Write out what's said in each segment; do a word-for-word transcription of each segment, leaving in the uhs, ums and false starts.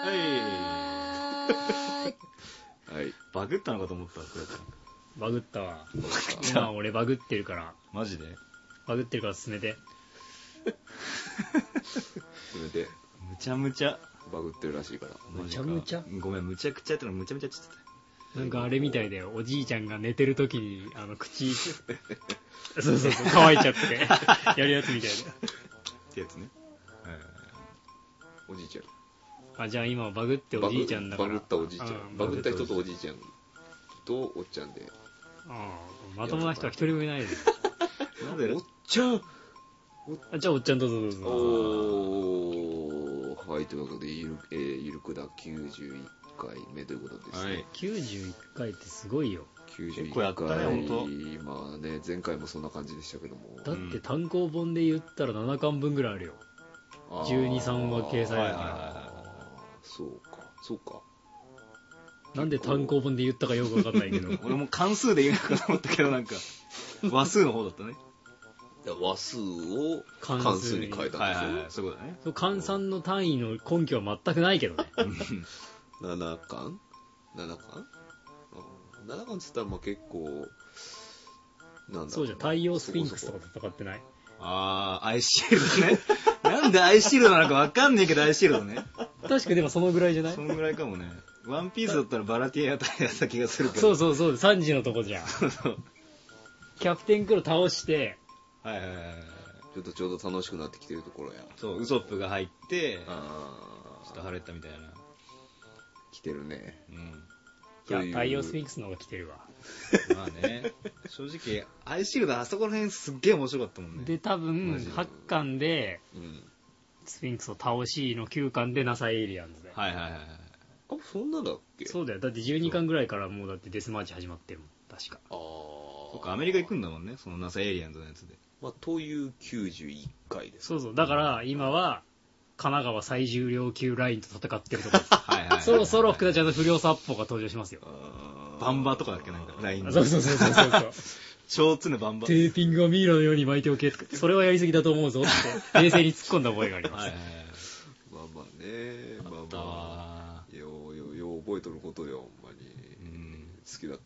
はい。バグったのかと思ったわ。 バグったわ。今俺バグってるから。 マジでバグってるから進めて。 進めて。むちゃむちゃバグってるらしいから。 むちゃむちゃごめん、むちゃくちゃやってのむちゃむちゃちょっと。なんかあれみたいだよ。おじいちゃんが寝てる時に、あの、口、そうそうそう、乾いちゃって、やるやつみたいな。 ってやつね。おじいちゃん。 あ、じゃあ今バグっておじいちゃんだから。 バグったおじいちゃん。バグった人とおじいちゃんとおっちゃんで。 ああ、まともな人は一人もいないで。 なんでおっちゃんあ、じゃあおっちゃんどうぞどうぞ。 おー、はい、というわけで、ゆる、えー、ゆるくだきゅうじゅういっかいめということですね。はい、 きゅうじゅういっかいってすごいよ。 きゅうじゅういっかい。結構やったね、ほんと。まあね、前回もそんな感じでしたけども。 だって単行本で言ったらななかんぶんぐらいあるよ。じゅうに、さんわ掲載あるから。 そうか、そうか。 なんで単行本で言ったかよくわかんないけど。 俺も関数で言うのかと思ったけど、なんか、話数の方だったね。話数を関数に変えたんでしょ。はいはいはい、そういうことだね。 換算の単位の根拠は全くないけどね。 ななかん ?なな 巻 ?なな 巻っつったらまあ結構、 なんだそうじゃん、太陽スフィンクスとか戦ってない？ あー、アイシールドね。なんでアイシールドなのかわかんねえけどアイシールドね。 確かでもそのぐらいじゃない？ そのぐらいかもね。ワンピースだったらバラティアあたりやった気がするけど。 そうそうそう、さんじのとこじゃん。そうそう。キャプテンクロ倒して、 はいはいはい。ちょっとちょうど楽しくなってきてるところや。そう、ウソップが入って、あちょっと晴れたみたいな。来てるね。 うん。いや、太陽スフィンクスの方が来てるわ。 まあね。正直、アイシールドあそこら辺すっげえ面白かったもんね。 で、多分、はちかんで、うん、スフィンクスを倒しのきゅうかんでナサエイリアンズで。はいはいはい。あ、そんなだっけ？そうだよ。だってじゅうにかんぐらいからもうだってデスマーチ始まってるもん。確か。ああ。 そっか、アメリカ行くんだもんね。そのナサエイリアンズのやつで。まあ、というきゅうじゅういっかいです。 そうそう。だから、今は、神奈川最重量級ラインと戦ってるところです。はいはいはいはい。そろそろ福田ちゃんの不良殺法が登場しますよ。 バンバとかだっけなんか、ライン。 そうそうそうそうそう。 超常バンバ。 テーピングをミイラのように巻いておけ。それはやりすぎだと思うぞって、冷静に突っ込んだ覚えがあります。はいはいはい。 まあまあね、まあまあ。ようようよう覚えとることよ、ほんまに。うん。好きだった。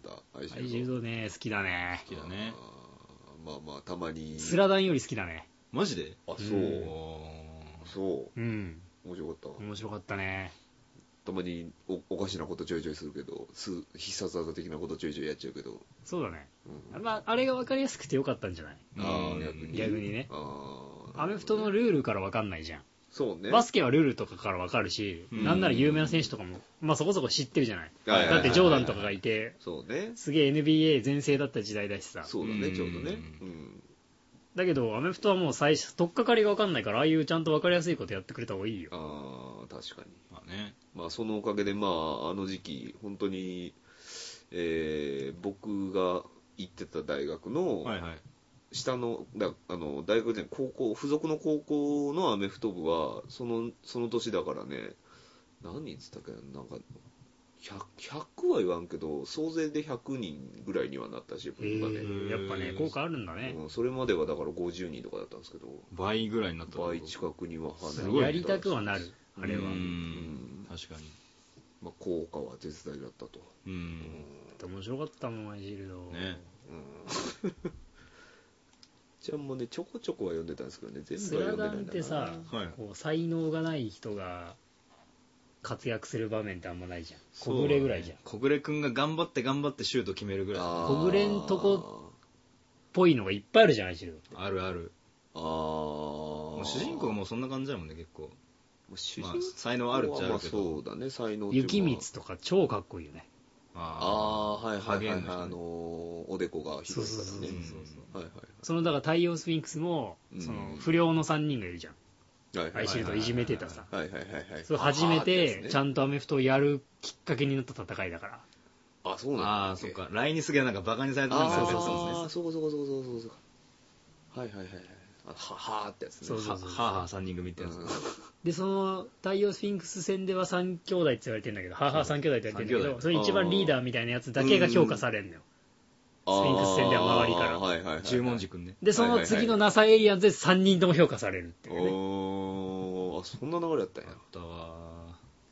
アイシールドね、好きだね。 好きだね。まあまあ、たまに。 スラダンより好きだね。 マジで？あ、そう。そう。うん。面白かった。 面白かったね。 たまに お, おかしなことちょいちょいするけど、必殺技的なことちょいちょいやっちゃうけど。 そうだね。うん、まあ、あれが分かりやすくてよかったんじゃない？ああ、逆に。逆にね。あアメフトのルールから分かんないじゃん。 そうね。 バスケはルールとかから分かるし、うん、なんなら有名な選手とかも、まあそこそこ知ってるじゃない。だってジョーダンとかがいて、そうね。すげえ エヌビーエー 全盛だった時代だしさ。 そうだね、ちょうどね。うん。 だけど、アメフトはもう最初、取っかかりが分かんないから、ああいうちゃんと分かりやすいことやってくれた方がいいよ。 ああ、確かに。まあね。まあそのおかげで、まああの時期、本当に、えー、僕が行ってた大学の、はいはい。下の、だあの大学で高校、付属の高校のアメフト部は、その、その年だからね、何人っつったっけな、なんか、ひゃく, ひゃくは言わんけど、総勢でひゃくにんぐらいにはなったし、 今ね。やっぱね、効果あるんだね、 うん。それまではだからごじゅうにんとかだったんですけど。倍ぐらいになった。倍近くには跳ねやりたくはなる、あれは。うんうん確かに。まあ、効果は絶大だったと。うん。 うん、面白かったもん、アイシールド。ね。 うんちゃんもね、ちょこちょこは読んでたんですけどね、全部は読んでないんだな。 スラダンってさ、はい、こう才能がない人が活躍する場面ってあんまないじゃん。小暮ぐらいじゃん。 小暮くんが頑張って頑張ってシュート決めるぐらい。 小暮んとこっぽいのがいっぱいあるじゃないしろ。 あるある。ああ。もう主人公もそんな感じだもんね、結構。主人公、まあ、才能あるっちゃあるけど。そうだね、才能。 雪光とか超かっこいいよね。 ああー、はいはいはい、はい、あのー、おでこが広いからね。そうそうそうそう。はいはい。そのだから太陽スフィンクスも、その不良のさんにんがいるじゃん。アイシールドいじめてたさ。はいはいはいはい。それ初めてちゃんとアメフトをやるきっかけになった戦いだから。 あ、そうなんだ。ああ、そっか。ラインにすげえなんかバカにされてたんですよ。ああ、そうかそうかそうかそうか。はいはいはいはい。ははーってやつね。そうそうそう。ははーさんにん組ってやつ。 で、その太陽スフィンクス戦ではさん兄弟って言われてるんだけど、ははーさん兄弟って言われてるんだけど、それ一番リーダーみたいなやつだけが評価されるのよ。スフィンクス戦では周りから。はいはいはい。十文字くんね。で、その次のナサエイリアンズでさんにんとも評価されるっていうね。 おー、あ、そんな流れだったんや。あったわ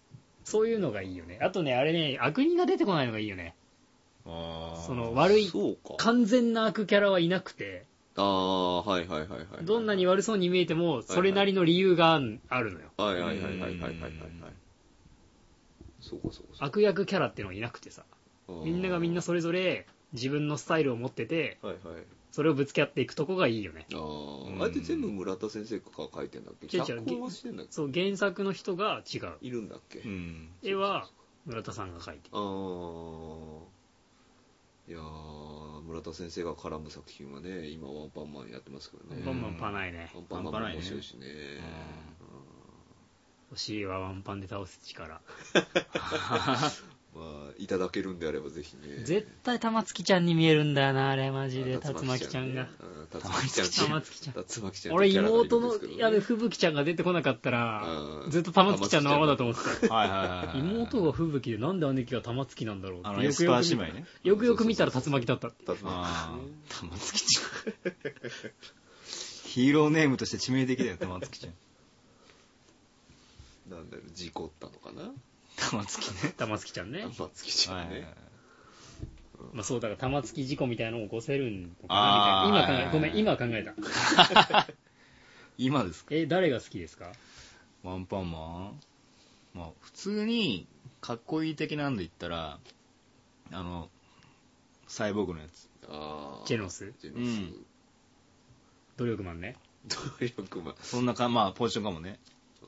そういうのがいいよね。あとね、あれね、悪人が出てこないのがいいよね。あその悪い、完全な悪キャラはいなくて、 ああ、はいはいはいはい、はい。 どんなに悪そうに見えても、それなりの理由があるのよ。 はいはいはいはいはいはいはい。そうかそうか。 悪役キャラっていうのがいなくてさ、みんながみんなそれぞれ自分のスタイルを持ってて、はいはい、それをぶつけ合っていくとこがいいよね。 ああ、あれって全部村田先生が書いてんだっけ？脚本はしてんだっけ？ そう、原作の人が違う。 いるんだっけ？うん、 絵は村田さんが描いてる。ああ。 いやー、村田先生が絡む作品はね、今ワンパンマンやってますからね。 ワンパンマンパないね。 ワンパンマンも面白いしね。 欲しいわ、ワンパンで倒す力。 まあ、いただけるんであればぜひね。 絶対玉月ちゃんに見えるんだよな、あれマジで。竜巻ちゃんが。 竜巻ちゃん。 玉月ちゃん。竜巻ちゃん。俺妹の、やべ、吹雪ちゃんが出てこなかったら、ずっと玉月ちゃんのままだと思ってた。はいはいはい。妹が吹雪でなんで姉貴が玉月なんだろうって。よくよく見たら、よくよく見たら竜巻だったって。竜巻。 玉月ちゃん。ヒーローネームとして致命的だよ、玉月ちゃん。 なんだろう、事故ったのかな？ 玉突きね。 玉突きちゃんね。 玉突きちゃんね。はいはいはい、 まあそうだから玉突き事故みたいなのを起こせるのかなみたいな。今考え、ごめん、今考えた。 今ですか？ え、誰が好きですか？ ワンパンマン？まあ普通にかっこいい的なんで言ったら、あの、サイボーグのやつ。 あジェノス？ジェノス。うん、努力マンね。 努力マン。 そんなか、まあポジションかもね。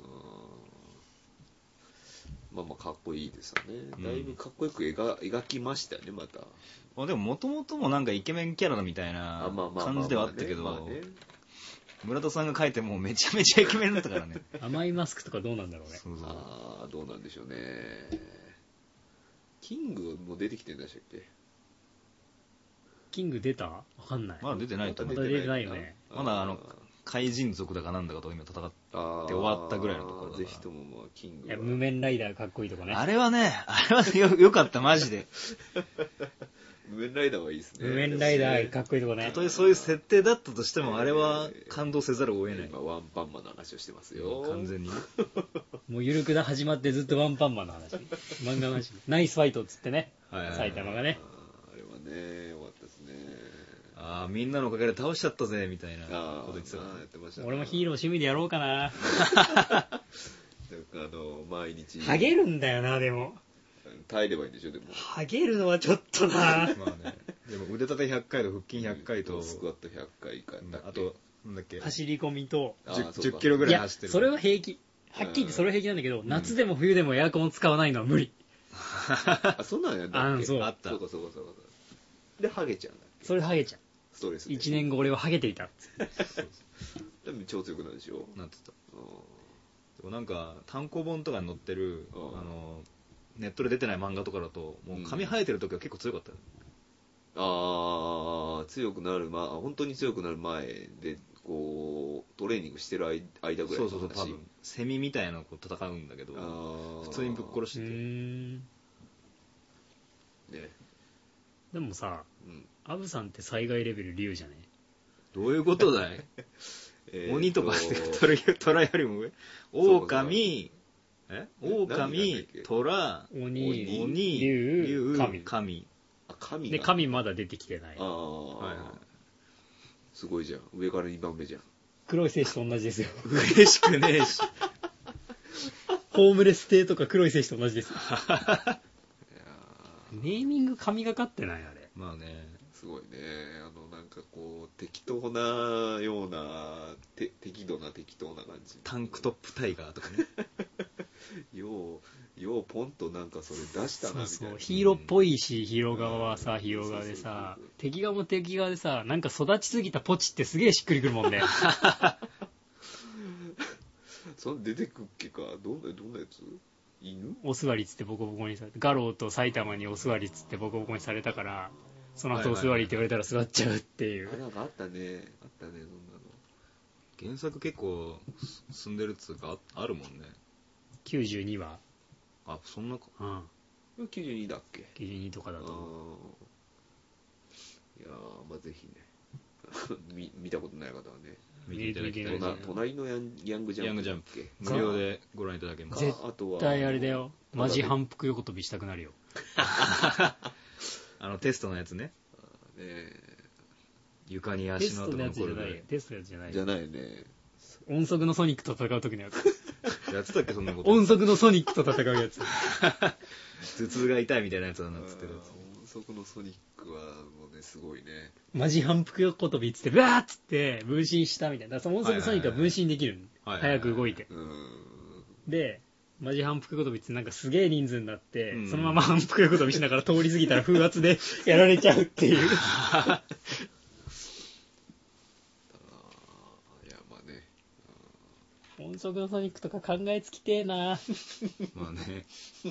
まあまあかっこいいですよね。だいぶかっこよく描、描きましたよね、また。 まあでももともともなんかイケメンキャラみたいな感じではあったけど、村田さんが書いてもうめちゃめちゃイケメンだったからね。 甘いマスクとかどうなんだろうね。 そうそう、ああ、どうなんでしょうね。キングも出てきてんだしたっけ？ キング出た？わかんない。 まだ出てないと思う。まだ出てないよね。 まだあの、怪人族だかなんだかと今戦って終わったぐらいのところだから。 ぜひともまあキングいや、無面ライダーかっこいいとこね。 あれはね、あれは よ, よかったマジで。 無面ライダーはいいですね。 無面ライダーかっこいいとこね。 たとえそういう設定だったとしても、あれは感動せざるを得ない。 今ワンパンマンの話をしてますよ。 完全に。 もうゆるくだ始まってずっとワンパンマンの話。漫画の話。ナイスファイトっつってね。はいはいはい、埼玉がね。 あれはね、よかったですね。 ああ、みんなのおかげで倒しちゃったぜみたいなこと言ってた、ね、 やってました、ね、俺もヒーロー趣味でやろうかな。なんかあの毎日ハゲるんだよな。でも耐えればいいんでしょ。でもハゲるのはちょっとな。まあね、 でも腕立てひゃっかいと腹筋ひゃっかいとスクワットひゃっかいかだっけ、 あとなんだっけ、 走り込みと 10, じゅっキロぐらい走ってる。 いやそれは平気、はっきり言ってそれは平気なんだけど、うん、夏でも冬でもエアコンを使わないのは無理。 あ、そんなんやんだっけ。 あそうあった。そうかそうかそうか。でハゲちゃうんだっけ。 それハゲちゃう。 ストレスいちねんご俺はハゲていた。 でも超強くなるでしょ。 なってた。でもなんか単行本とかに載ってるあのネットで出てない漫画とかだともう髪生えてる時は結構強かった、ね、 うん、ああ強くなるまあ本当に強くなる前でこうトレーニングしてる間ぐらいの話。そうそうそう、多分セミみたいなこう戦うんだけど普通にぶっ殺してて。 ね。 でもさ、うん、アブさんって災害レベル竜じゃね？ どういうことだい？え鬼とか虎よりも上？狼、え？狼、虎、 鬼、 鬼、 竜、神。 神。 あ、神で、神まだ出てきてない。 ああ、はいはい。すごいじゃん。上からにばんめじゃん。 黒い戦士と同じですよ。 嬉しくねえし。 ホームレス亭とか黒い戦士と同じですよ。ネーミング神がかってないあれ。 まあね、 すごいね。あのなんかこう適当なようなて適度な適当な感じ。 タンクトップタイガーとかね。 ようようポンとなんかそれ出したなみたいな。そうそう、 ヒーローっぽいし、ヒーロー側はさ、ヒーロー側でさ、敵側も敵側でさ、なんか育ちすぎたポチってすげえしっくりくるもんね。 そん出てくっけか。どんなどんなやつ？犬？ お座りつってボコボコにされて、ガローと埼玉にお座りつってボコボコにされたから、その後お座りって言われたら座っちゃうっていう。 はいはいはい、あ、なんかあったね、あったね、そんなの。 原作結構進んでるっつうか あ, あるもんね。 きゅうじゅうにわ。 あ、そんなか。 うん。きゅうじゅうにだっけ？ きゅうじゅうにとかだと思う。 いやー、まあぜひね見見たことない方はね。 見ていただきたいです、 ね、隣のヤンヤングジャンプ、 ヤングジャンプ無料でご覧いただけます。 絶対あれだよ、マジ反復横跳びしたくなるよあのテストのやつね。 あね、 床に足の跡が残るぐらい。 テストのやつじゃないじゃないね。 音速のソニックと戦う時のやつやってたっけそんなこと。 音速のソニックと戦うやつ頭痛が痛いみたいなやつだなっつってるやつ。音速のソニックはもうねすごいね。 マジ反復横跳びっつってブワーっつって分身したみたいな。だから音速のソニックは分身できるの、はいはいはい、早く動いて、うん、でマジ反復横跳びってなんかすげえ人数になって、うん、そのまま反復横跳びしながら通り過ぎたら風圧でやられちゃうっていういやまあね、 音速のソニックとか考えつきてえなまあね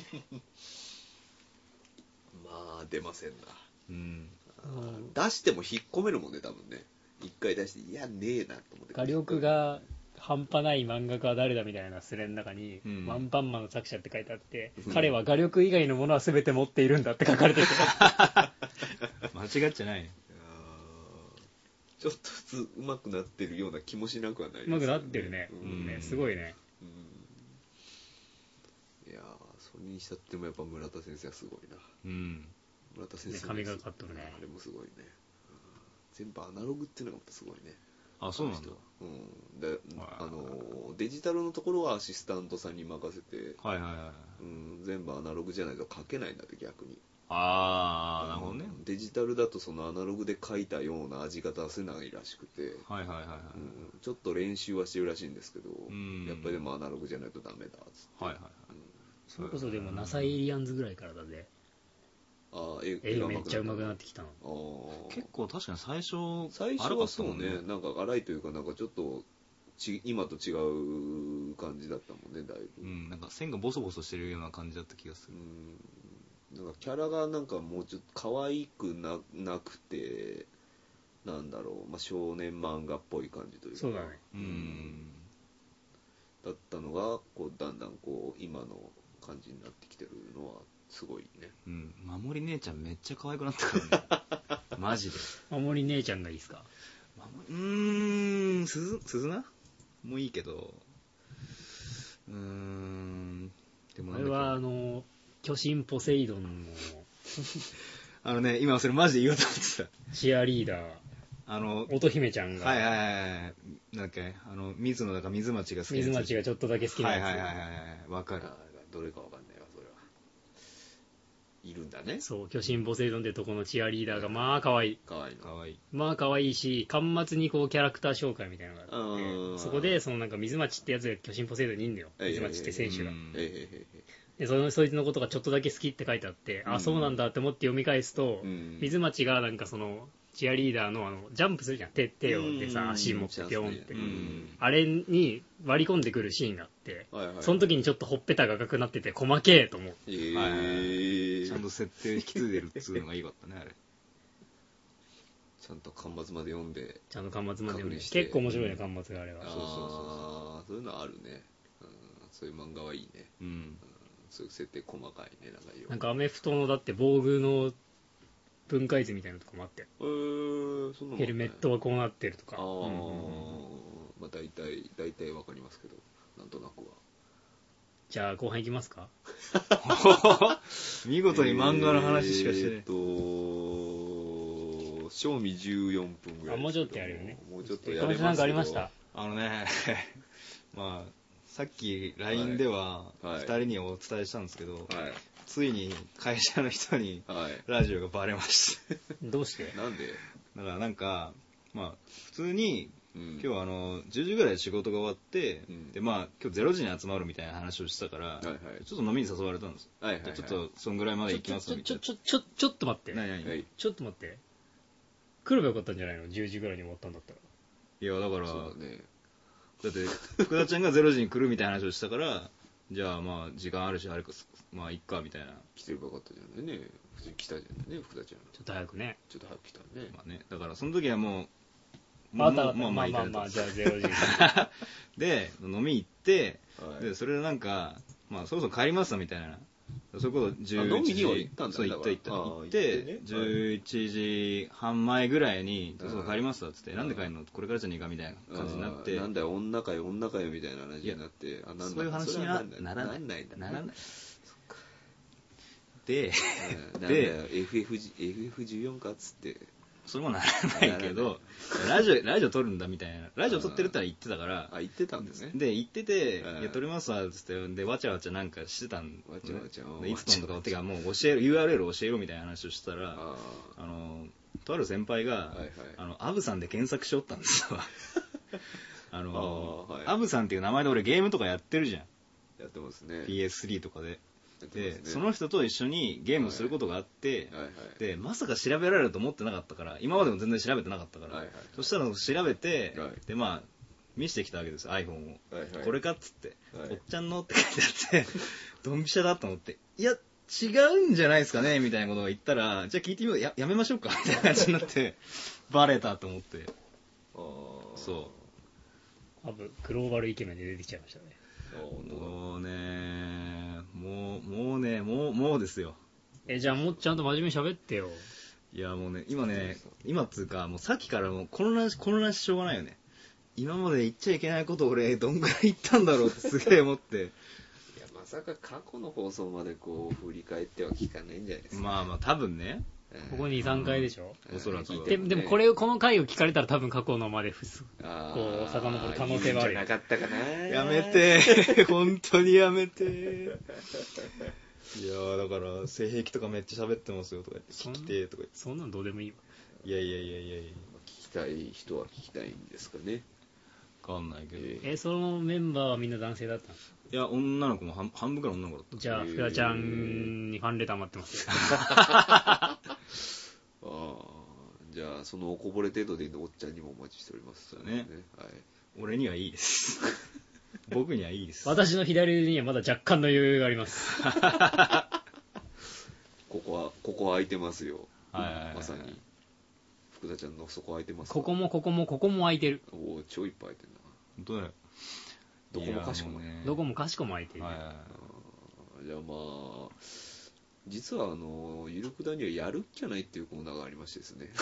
まあ出ませんな、 うん、 出しても引っ込めるもんね多分ね。一回出していやねえなと思って。 画力が半端ない漫画家は誰だみたいなスレの中に、うん、ワンパンマンの作者って書いてあって、うん、彼は画力以外のものは全て持っているんだって書かれてて間違っちゃない。いやちょっと普通上手くなってるような気もしなくはないですね。上手くなってるね、うん、ねすごいね、 うん、いやそれにしたってもやっぱ村田先生はすごいな、 うん、 村田先生髪がかっとるね。 あれもすごいね、全部アナログっていうのがまたすごいね。 あ、そうなんだ。 うん、であのデジタルのところはアシスタントさんに任せて、 はいはいはい、 うん、全部アナログじゃないと書けないんだって逆に。 ああ、なるほどね。 デジタルだとそのアナログで書いたような味が出せないらしくて、 はいはいはいはい、 うん、ちょっと練習はしてるらしいんですけど、うん、やっぱりでもアナログじゃないとダメだっつって、 はいはいはい、 うん、それこそでもナサイリアンズぐらいからだぜ。 あ絵絵めっちゃ上手くなってきたの。 あ結構確かに最初最初はそうね、なんか荒いというかなんかちょっとち今と違う感じだったもんねだいぶ、 うん、なんか線がボソボソしてるような感じだった気がする。 うん、なんかキャラがなんかもうちょっと可愛く な, なくてなんだろう、まあ、少年漫画っぽい感じというか、 そうだね、 うん、だったのがこうだんだんこう今の感じになってきてるのはすごいね。 うん、守り姉ちゃんめっちゃ可愛くなったからねマジで。 守り姉ちゃんがいいっすか。 うーん、鈴なもういいけど、うーん、でもあれはあの巨神ポセイドンのあのね、今それマジで言おうと思ってた。 チアリーダー、 あの乙姫ちゃんが、 はいはいはいはい、なんだっけ、あの水野だか水町が好きなやつ。 水町がちょっとだけ好きなやつ。 はいはいはいはい、わかる。 どれかわかんないわそれは。いるんだね。 そう、巨神ポセイドンってとこのチアリーダーがまあ可愛い。 可愛いの。 可愛い。 まあ可愛いし、端末にこうキャラクター紹介みたいなのがあって、そこでそのなんか水町ってやつが巨神ポセイドンにいんだよ。水町って選手が。でそのそいつのことがちょっとだけ好きって書いてあって、うん、あそうなんだって思って読み返すと、うん、水町がなんかそのチアリーダー の, あのジャンプするじゃん、手手をでさ、足持ってピョンって、うん、あれに割り込んでくるシーンがあって、はいはいはい、その時にちょっとほっぺたが赤くなってて細けえと思う、えーはいはいはい、ちゃんと設定引き継いでるっつうのがいいかったねあれ。 ちゃんと巻末まで読んで、 ちゃんと巻末まで読んで、結構面白いね、巻末があれは。 そうそうそうそう、そういうのあるね、うん、そういう漫画はいいね、うん、そういう設定細かいね、なんかいい。 なんかアメフトのだって防具の分解図みたいなのとかもあって、 えー、そんなの、ね、 ヘルメットはこうなってるとか、あ、 うんうんうん、まあ大体大体わかりますけど、なんとなくは。 じゃあ後半いきますか見事に漫画の話しかしてねえ。 えー、っと賞味じゅうよんぷんぐらい。 あ、もうちょっとやるよね。 もうちょっとやれますけど。 なんかありました。 あのねまあさっき ライン ではふたりにお伝えしたんですけど、はいはい、ついに会社の人にラジオがバレました、はい、 どうして？ なんで？ だからなんかまあ普通に、うん、今日あのじゅうじぐらいで仕事が終わって、うん、でまあ今日れいじに集まるみたいな話をしたから、はいはい、ちょっと飲みに誘われたんです、はいはいはい、ちょっとそんぐらいまで行きますみたいな。 ちょちょちょちょっと待って。 何何、はい、 ちょっと待って。来ればよかったんじゃないの？じゅうじぐらいに終わったんだったら。 いやだからそうだね。 だって福田ちゃんがれいじに来るみたいな話をしたからじゃあまあ時間あるしあれかまあいっかみたいな。 来てればよかったじゃないね。普通に来たじゃないね福田ちゃん。 ちょっと早くね。 ちょっと早く来たね。 まあね、だからその時はもうまあまあまあまあまあ、まあ、じゃあれいじで飲み行って、はい、でそれでなんかまあそろそろ帰りますみたいなそれこそじゅういちじ飲みに行ったんだ。 そう行った行った行って、ね、じゅういちじはん前ぐらいに「そう帰りますわ」っつって「なんで帰るの？これからじゃねえか」みたいな感じになって、 なんだよ女かよ女かよみたいな話になって、 あ、なんだそういう話にはならないんだならない。で、 で エフエフじゅうよん かっつって。 それもならないけど、ラジオ、ラジオ撮るんだみたいな。ラジオ撮ってるって言ってたから。 あ、言ってたんですね。 で、言ってて、いや、撮りますわ、つって、で、わちゃわちゃなんかしてたんわちゃわちゃ。 いつ撮んとか、てかもう教える、ユーアールエル 教えろみたいな話をしたら、あの、とある先輩が、あの、アブさんで検索しよったんですよ。あの、アブさんっていう名前で俺ゲームとかやってるじゃん。 やってますね。 ピーエススリー とかで。で、ね、その人と一緒にゲームすることがあって、はいはいはい、でまさか調べられると思ってなかったから、今までも全然調べてなかったから、はいはいはい、そしたら調べて、はい、でまあ見せてきたわけですよ iPhone を、はいはい、これかっつって、はい、おっちゃんのって書いてあってドンピシャだと思って、いや違うんじゃないですかねみたいなことを言ったら、じゃあ聞いてみよう や, やめましょうかみたいな感じになってバレたと思って、あそう多分グローバルイケメンで出てきちゃいましたね。 もうねもうもうねもうもうですよ。 えじゃあもうちゃんと真面目に喋ってよ。 いやもうね今ね今っつうかもうさっきからもう混乱し混乱ししょうがないよね。今まで言っちゃいけないこと俺どんぐらい言ったんだろうってすげえ思って。いやまさか過去の放送までこう振り返っては聞かないんじゃないですか。 まあまあ多分ね。 ここにさんかいでしょ、 うん、おそらくで, でもこれこの回を聞かれたら多分過去のまでふすこう遡る可能性はあるよ。 なかったかな。 やめて本当にやめて。いやだから性癖とかめっちゃ喋ってますよとか言って聞きてとか言って、 そんなんどうでもいいわ。 いやいやいやいやいや聞きたい人は聞きたいんですかね。 分かんないけど、 えそのメンバーはみんな男性だったんですか。 いや女の子も 半, 半分から女の子だった。 じゃあ福田ちゃんにファンレター待ってますよ。 あじゃあそのおこぼれ程度でいいのおっちゃんにもお待ちしておりますね。ね、はい、俺にはいいです僕にはいいです。 私の左にはまだ若干の余裕がありますここはここは空いてますよ、 はいはいはいはい、 まさに福田ちゃんのそこ空いてます。 ここもここもここも空いてる。 おお超いっぱい空いてるな。 本当だよ。 どこもかしこもね。 どこもかしこも空いてる、ね。 はいはいはい、あじゃあまあ実はあのゆるくだにはやるっきゃないっていうコーナーがありましてですね。や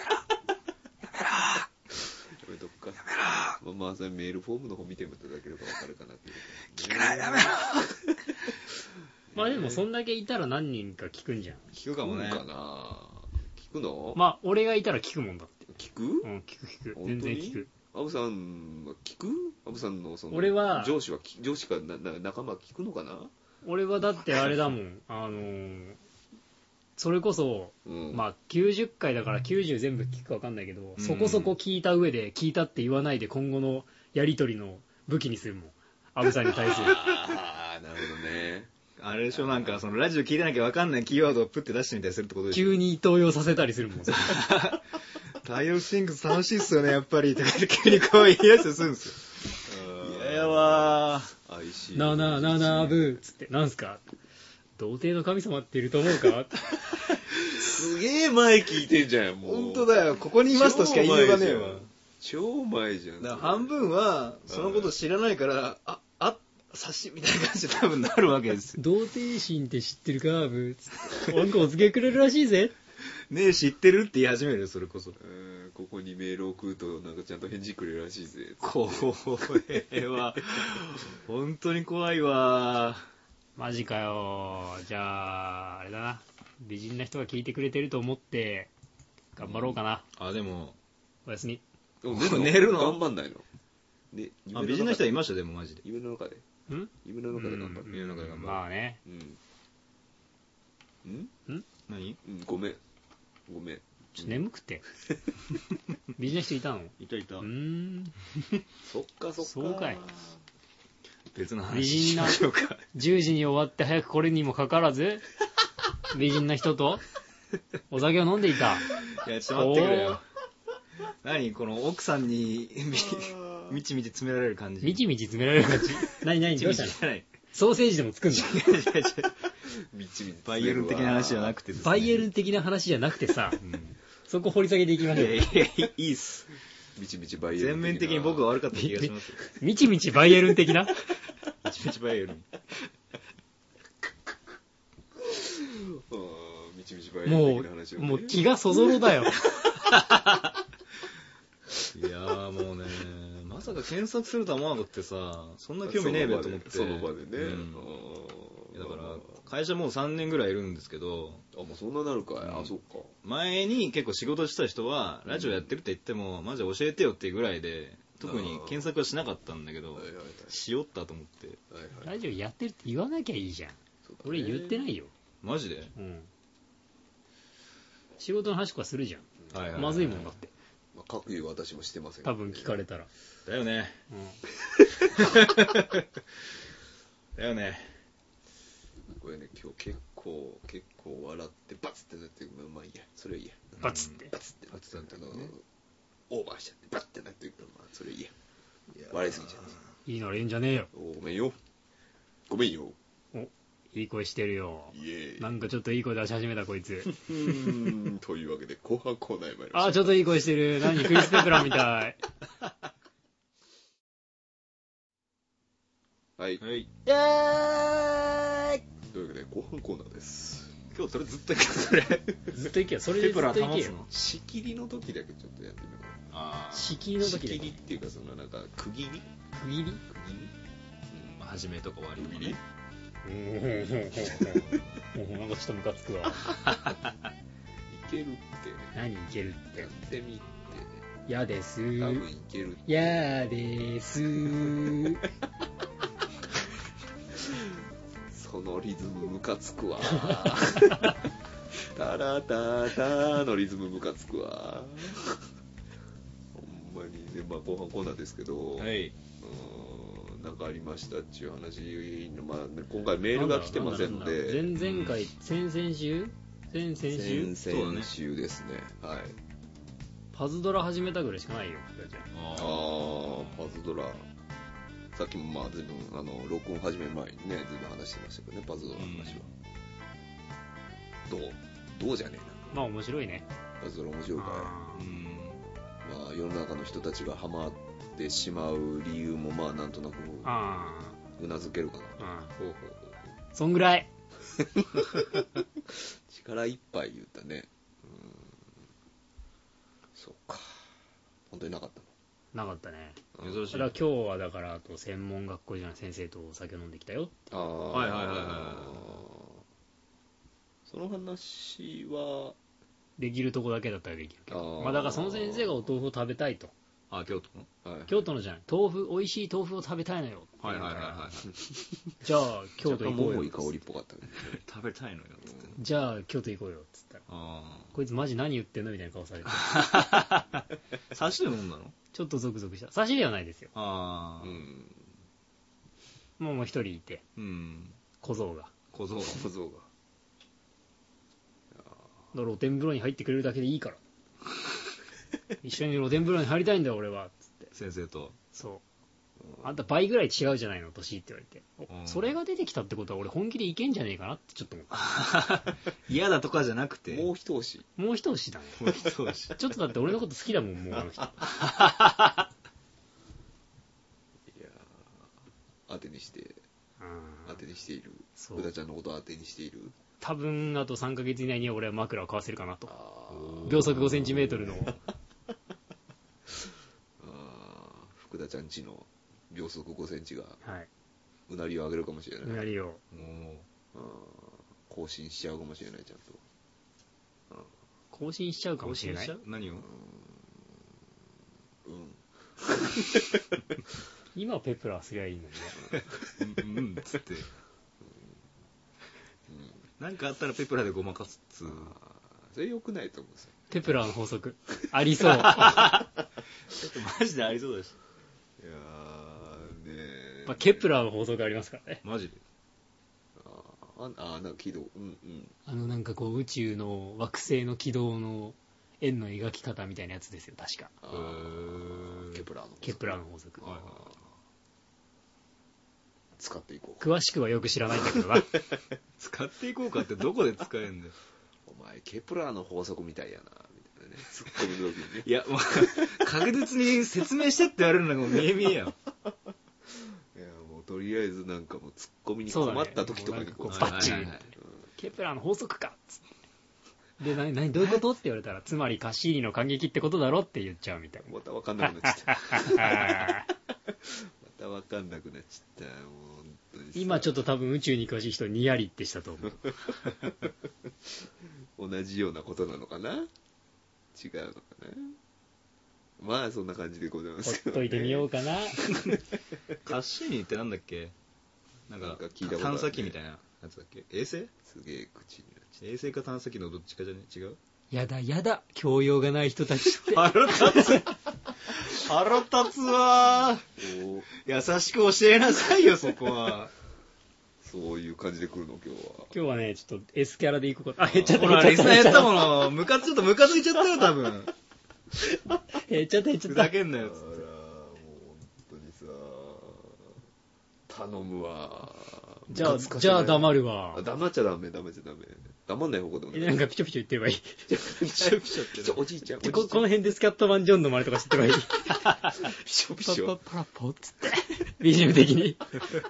めとくか。やめろ。まあまあそれメールフォームの方見ていただければわかるかなっていう、ね。 聞くなやめろ。 まあでもそんだけいたら何人か聞くんじゃん。 聞くかもね。 聞くかな。聞くの？ まあ俺がいたら聞くもんだって。 聞く？ うん聞く聞く。全然聞く。 アブさんは聞く？アブさんのその俺は上司は上司かなな仲間は聞くのかな？ 俺はだってあれだもんあのー、それこそ、うん、まあきゅうじゅっかいだからきゅうじゅう全部聞くか分かんないけど、うん、そこそこ聞いた上で聞いたって言わないで今後のやり取りの武器にするもんアブさんに対する。 ああなるほどね。 あれでしょなんかそのラジオ聞いてなきゃ分かんないキーワードをプッて出してみたりするってことでしょ。 急に動揺させたりするもん。 太陽スイングス楽しいっすよねやっぱりとか急にこう言い出してするんですよ。いややわー。愛しい。 なあなあなあなあブーっつってなんすか。童貞の神様っていると思うか。 すげえ前聞いてんじゃんもう。 本当だよここにいますとしか言いようがねえわ。 超前じゃん。 だから半分はそのこと知らないからああ察しみたいな感じで多分なるわけですよ。 童貞心って知ってるかブーっつって。なんかお告げくれるらしいぜ。 ねえ知ってるって言い始めるよそれこそ。 うんここにメールを送るとなんかちゃんと返事くれるらしいぜ。 怖いわ本当に怖いわ。 マジかよ。じゃああれだな美人な人が聞いてくれてると思って頑張ろうかな、 うん、あでもおやすみ。 寝るの頑張んないの、 ね、あ美人な人はいましたでもマジで夢の中でん夢の中で頑張る、 うん、夢の中で頑張るまあねうんんん何、 うん、ごめんごめんちょっと眠くて美人な人いたの？ いたいた。うーんそっかそっかそうかい。 別の話しましょうか。 じゅうじに終わって早くこれにもかかわらず美人な人とお酒を飲んでいた。 いやちょっと待ってくれよ。何この奥さんにみちみち詰められる感じ。 みちみち詰められる感じ。何何どうしたの？ソーセージでも作るの？ みちみちバイエルン的な話じゃなくてですね。 バイエルン的な話じゃなくてさ、うん、そこ掘り下げていきましょう。 いやいやいいっす。 みちみちバイエルン的な。 全面的に僕が悪かった気がします。 みちみちバイエルン的な？ みちみちバイエルン。 みちみちバイオ的な話を、 ね、もうもう気がそぞろだよ。 いやーもうね、まさか検索するとは思わなくてさ、そんな興味ねえべと思って。 その場でね。うん、 だから会社もうさんねんぐらいいるんですけど、 あ、もうそんななるかい、うん、あ、そっか。 前に結構仕事した人はラジオやってるって言っても、うん、マジで教えてよっていうぐらいで特に検索はしなかったんだけど、はいはいはい、しよったと思って、 はいはい、ラジオやってるって言わなきゃいいじゃん。俺言ってないよ。 マジで？ うん。仕事の話とかするじゃん、はいはいはい、まずいもんだって。 まあ、各有私もしてません、 ね、多分聞かれたらだよね、うん、だよね。 これね、今日結構結構笑ってバツってなってる。まあいいや、それはいいや。 バツってバツってバツってなって、ね、オーバーしちゃってバツってなってるけど、まあそれいいや。笑いすぎちゃう。 いいならいいんじゃねえよ。 ごめんよ。ごめんよ。 お、いい声してるよ。イエーイ。なんかちょっといい声出し始めたこいつ。 うーんというわけで後半コーナーへ参りましょう。 あ、ちょっといい声してる。何クリス・ペプラーみたい。 はい。 はい。 イエーイ。 というわけで後半コーナーです。 今日それずっといくそれずっといけよ。それでずっといけよ。 仕切りの時だけちょっとやってみよう。 ああ。仕切りの時だけ。 仕切りっていうかそのなんか区切り？ 区切り？区切り？ うん、始めとか終わりとかね。 うん、なんかちょっとムカつくわ。 いけるって。 何いけるって。 やってみてね。 やです。 多分いけるって。 やです。 そのリズムムカつくわ。タラタタのリズムムカつくわ。ほんまにね、まあ後半コーナーですけど。 はい。 なんかありましたっていう話、まあ、今回メールが来てませんので、 前々回、先々週先々週先々週ですね、はい。 パズドラ始めたぐらいしかないよ。 ああ、パズドラ。さっきもまあ随分あの録音始める前にね、随分話してましたけどね、パズドラの話は。どうどうじゃねえな。まあ面白いね。 パズドラ面白いかい。うん。まあ世の中の人たちがハマってしまう理由もまあなんとなくうなずけるかなと。ほうほうほう。 そんぐらい。 力いっぱい言ったね。うん。そうか。本当になかったの？なかったね。珍しい。それは今日はだからあと専門学校じゃない先生とお酒飲んできたよ。 ああ。はいはいはいはい。その話はできるとこだけだったらできるけど。あまあだからその先生がお豆腐を食べたいと。 あ、京都の、はい、京都のじゃない。豆腐、美味しい豆腐を食べたいのよ。 はいはいはいはい。 じゃあ、京都行こうよ。 桃い香りっぽかったね。 食べたいのよ。つって。 じゃあ、京都行こうよ。つったら。あこいつマジ何言ってんのみたいな顔されて。 刺しで飲んだの？ ちょっとゾクゾクした。刺しではないですよ。 ああ。うん。 もうもう一人いて。うん。小僧が。 小僧が。 小僧が。 露天風呂に入ってくれるだけでいいから。一緒に露天風呂に入りたいんだよ俺はつって先生と。 そうあんた倍ぐらい違うじゃないの年って言われて、うん、それが出てきたってことは俺本気でいけんじゃねえかなってちょっと思った嫌だとかじゃなくてもう一押しもう一押しだねもう一押しちょっとだって俺のこと好きだもんもうあの人いや当てにして当てにしているうだちゃんのことを当てにしている多分あとさんかげつ以内には俺は枕を買わせるかなと秒速 ごセンチメートル の福田ちゃんちの秒速ごセンチがうなりを上げるかもしれない、 うなりを更新しちゃうかもしれないちゃんと更新しちゃうかもしれない何をうん、うん、 今ペプラーすりゃいいのにねうんうんつって何かあったらペプラでごまかすっつうそれ良くないと思うんですよペプラーの法則ありそうちょっとマジでありそうだしいやーねー、 まあ、ケプラーの法則ありますからねマジでああなんか軌道うんうんあのなんかこう宇宙の惑星の軌道の円の描き方みたいなやつですよ確かあケプラーのケプラーの法則、はいはい、 使っていこう詳しくはよく知らないんだけどな使っていこうかってどこで使えんだよお前ケプラーの法則みたいやなみたいなねツッコミの時にねいやもう確実に説明してって言われるのがもう見え見えやんいやもうとりあえずなんかもうツッコミに困った時とかにこうバッチリケプラーの法則かっつって。で、なにどういうことって言われたら、つまりカッシーニの感激ってことだろって言っちゃうみたいな。 また分かんなくなっちゃったまた分かんなくなっちゃった。もう本当に今ちょっと多分宇宙に詳しい人ニヤリってしたと思う同じようなことなのかな、違うのかな。まあそんな感じでございますけど、ね、 ほっといてみようかなカッシーニってなんだっけ、なんか探査機みたいなやつだっけ、衛星、 すげえ口になっちゃう。 衛星か探査機のどっちかじゃね、違う。 やだやだ、教養がない人たちって腹立つ腹立つわー。優しく教えなさいよそこは。 そういう感じで来るの今日は。 今日はねちょっと S キャラでいくこと、あ、減っちゃった、 ほらリスナーやったもの、ムカちょっとムカついちゃったよ多分。 減っちゃった減っちゃった。 ふざけんなよ。 あらもう本当にさ、頼むわ。 じゃあじゃあ黙るわ。 黙っちゃダメ、黙っちゃダメ。黙んない方がでもない。 なんかピチョピチョ言ってればいい。 ピチョピチョっておじいちゃん。 ここの辺でスキャットマンジョンの真似とか知ってればいい。 ピチョピチョ。 パパラポっつって。ビージーエム 的に。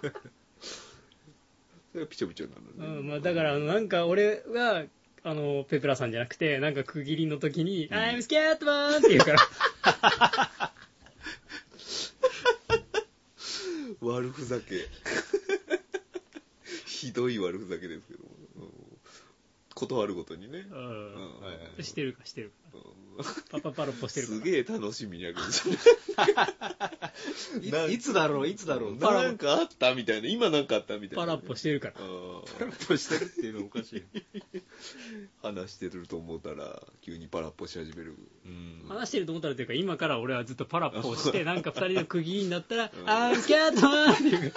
それがピチョピチョなのね。 うん、まあだからあのなんか俺はあのペプラさんじゃなくてなんか区切りの時に、うん、I'm scared man って言うから。 悪ふざけ。ひどい悪ふざけですけども。断るごとにね。うんうんはいはい、してるかしてるか。パパパロッポしてるか。 すげえ楽しみにやけど。 い, いつだろういつだろう。 なんかあったみたいな。今なんかあったみたいな、 ね。パラッポしてるから。パラッポしてるっていうのおかしい。 話してると思ったら急にパラッポし始める。 うん、話してると思ったらというか今から俺はずっとパラッポしてなんかふたりで区切りになったら「I'm scared man」っていう。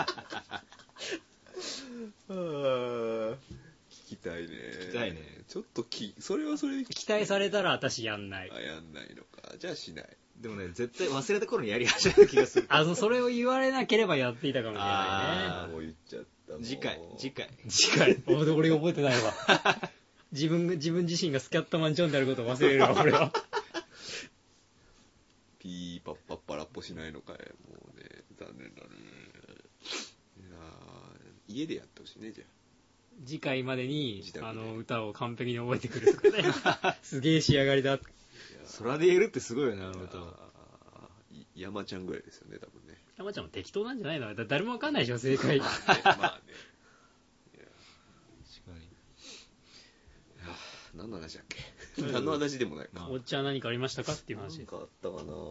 聞きたいね。 聞きたいね。 ちょっときそれはそれで期待されたら私やんない。 あ、やんないのか。じゃあしない。 でもね絶対忘れた頃にやり始める気がする。 あのそれを言われなければやっていたかもしれないね。 ああもう言っちゃった。 次回次回次回。俺覚えてないわ。自分自分自身がスキャットマンジョンであることを忘れるわ俺は。 ピーパッパッパラッポしないのかい。もうね残念だね。いや家でやってほしいねじゃあ。 次回までにあの歌を完璧に覚えてくるとかね。すげえ仕上がりだ。 空で言えるってすごいよねあの歌は。 山ちゃんぐらいですよね多分ね。 山ちゃんも適当なんじゃないの？だ誰もわかんないでしょ正解。まあね。まあね。 いや確かに。何の話だっけ？何の話でもないか。 おっちゃん何かありましたかっていう話。 何かあったかな。何か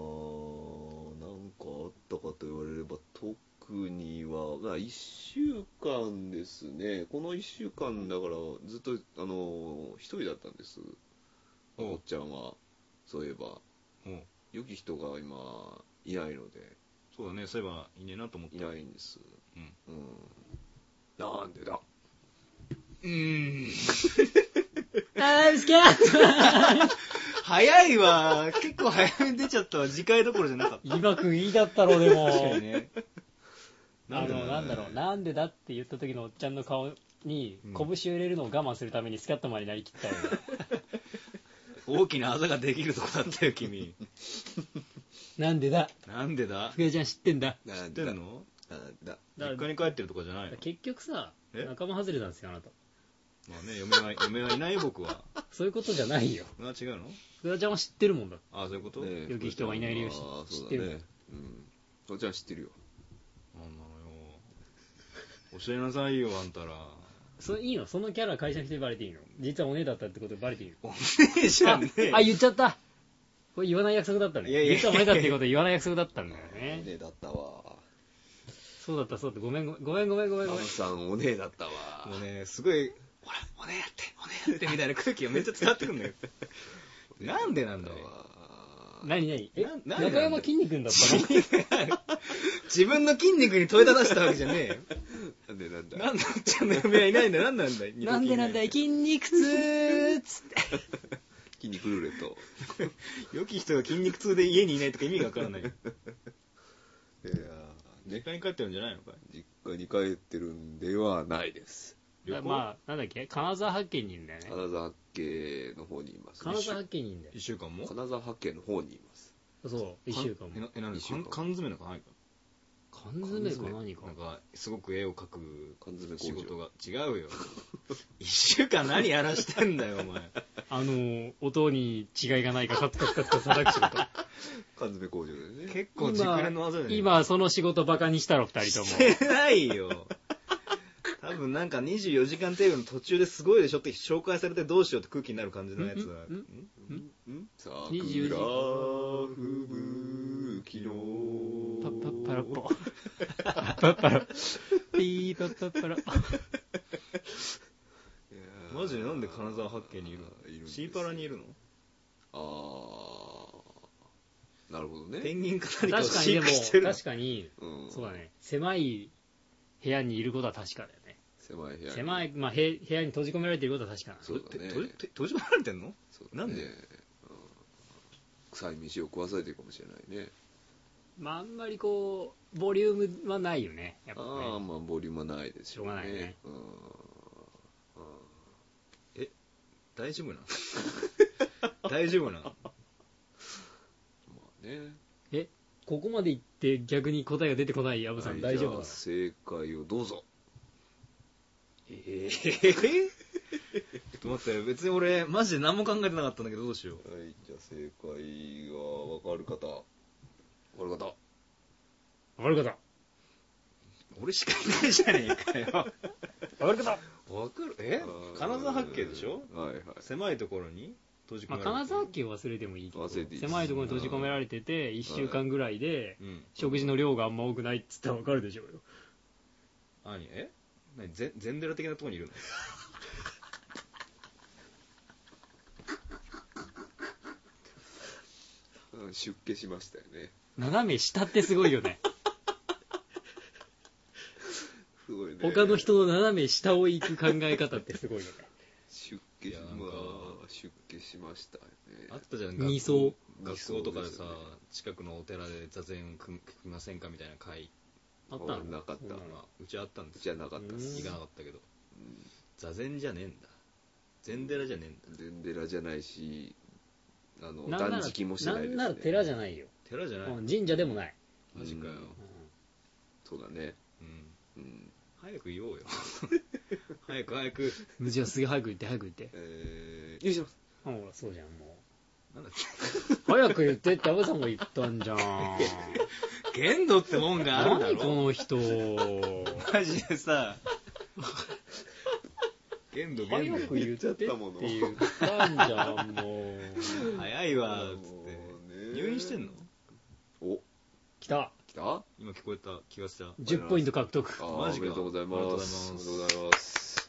あったかと言われれば特にはいっしゅうかんですね。このいっしゅうかんだからずっとあの一人だったんです。おっちゃんはそういえば良き人が今いないので。 そうだね。そういえばいねえなと思って。 いないんです。うん。うん、なんでだ。 うーん。I'm scared. 早いわ。結構早めに出ちゃったわ。次回どころじゃなかった。 今くいいだったろうでも。 確かにね。 あのなんだろうなんでだって言った時のおっちゃんの顔に拳を入れるのを我慢するためにスキャットマンになりきったよ、 うん、大きなあざができるとこだったよ君。 なんでだなんでだ福江ちゃん知ってんだ。 知ってんの？だ実家に帰ってるとかじゃないの？ 結局さ仲間外れなんですよあなた。 まあね嫁は嫁はいないよ僕は。 そういうことじゃないよ。 あ違うの？ 福江ちゃんは知ってるもんだ。 あそういうこと？ 良き人がいない理由知ってる。 うん福江ちゃん知ってるよ。 なんなのよ。教えなさいよあんたら。 それいいの？そのキャラ会社の人にバレていいの？実はお姉だったってことでバレていいの？ お姉じゃんねえ。 あ、言っちゃった。これ言わない約束だったね。いやいやいや実はお姉だっていうことで言わない約束だったんだよね。 お姉だったわ。 そうだったそうだった。ごめんごめんごめんごめんごめん。 マムさんお姉だったわ。 もうねすごいほらお姉やってお姉やってみたいな空気がめっちゃ伝わってくるんだよ。なんでなんだよ。 何何え中山きんに君だったの？ 自分の筋肉に問いただしたわけじゃねえよ。 なんでなんだなんでおっちゃんの嫁はいないんだ。なんなんだいなんでなんだい筋肉痛ーっつって筋肉ルーレット。 良き人が筋肉痛で家にいないとか意味がわからない。いや実家に帰ってるんじゃないのかい？ 実家に帰ってるんではないです。 まあなんだっけ金沢八景にいるんだよね。 金沢八景の方にいます。 金沢八景にいるんだよ。 一週間も？ 金沢八景の方にいます。 そう一週間も。 えなえなに缶詰なんかないか？ 缶詰か何か。 なんか、すごく絵を描く仕事が。違うよ。一週間何やらしてんだよ、お前。 あの、音に違いがないかカツカツカツカツ叩く仕事。 缶詰工場でね。 結構熟練の技だよね。 今、その仕事バカにしたろ、二人とも。 してないよ。多分なんかにじゅうよじかんテレビの途中ですごいでしょって紹介されてどうしようって空気になる感じのやつは。んんん桜吹雪のパッパッパラッポ。パッパッパラ。ピーパッパッパラ。 マジでなんで金沢八景にいるの？シーパラにいるの？ あー、なるほどね。 ペンギンか何かを飼育してるの？ 確かに、そうだね。狭い部屋にいることは確かだよね。 狭い部屋に。 狭い、まあ、部屋に閉じ込められていることは確かな。 そうだね。閉じ込められてんの？なんで？ 臭い飯を食わされてるかもしれないね。 まあ、あんまりこう、ボリュームはないよね。やっぱね。 ああ、まあ、ボリュームはないですよね。 しょうがないね。うん。 え、大丈夫なの？大丈夫なの？まあね。 え、ここまで行って逆に答えが出てこない薮さん、大丈夫なの？ 正解をどうぞ。 えぇ、ー、ちょっと待って、別に俺、マジで何も考えてなかったんだけど、どうしよう。 はい、じゃあ正解が分かる方。分かる方。 分かる方。 俺しかいないじゃねえかよ。 分かる方。 分かる？え？金沢八景でしょ？ はいはい。 狭いところに閉じ込められて、 まあ、金沢八景を忘れてもいいけど、 忘れていい狭いところに閉じ込められてて、いっしゅうかんぐらいで、食事の量があんま多くないって言ったら分かるでしょうよ。 何？え？何？ゼンデラ的なところにいるの？ 出家しましたよね。 斜め下ってすごいよね。 すごいね。 他の人の斜め下を行く考え方ってすごいよね。 出家しま出家しましたよね。 あったじゃん。 二層学校とかでさ、近くのお寺で座禅組みませんかみたいな会あったの？ なかった。 うちはあったんです。 うちはなかったっす。 行かなかったけど。座禅じゃねえんだ。禅寺じゃねえんだ。 禅寺じゃないし、あの断食もしてないですね。 なんなら寺じゃないよ。 寺じゃない。 神社でもない。 マジかよ。 そうだね。 うん。早く言おうよ。早く早く。 じゃあすげえ早く言って早く言って。 えー、よいしょ。 ほらそうじゃんもう。なんだっけ。早く言ってってアブさんも言ったんじゃん。 限度ってもんがあるだろ。 何この人。 マジでさ。限度限度。 早く言ってって言ったんじゃんもう。 早いわーっつって。入院してんの？ お、 来た。 来た？ 今聞こえた気がした。 じゅっポイント獲得。 マジか。 おめでとうございます。おめでとうございます。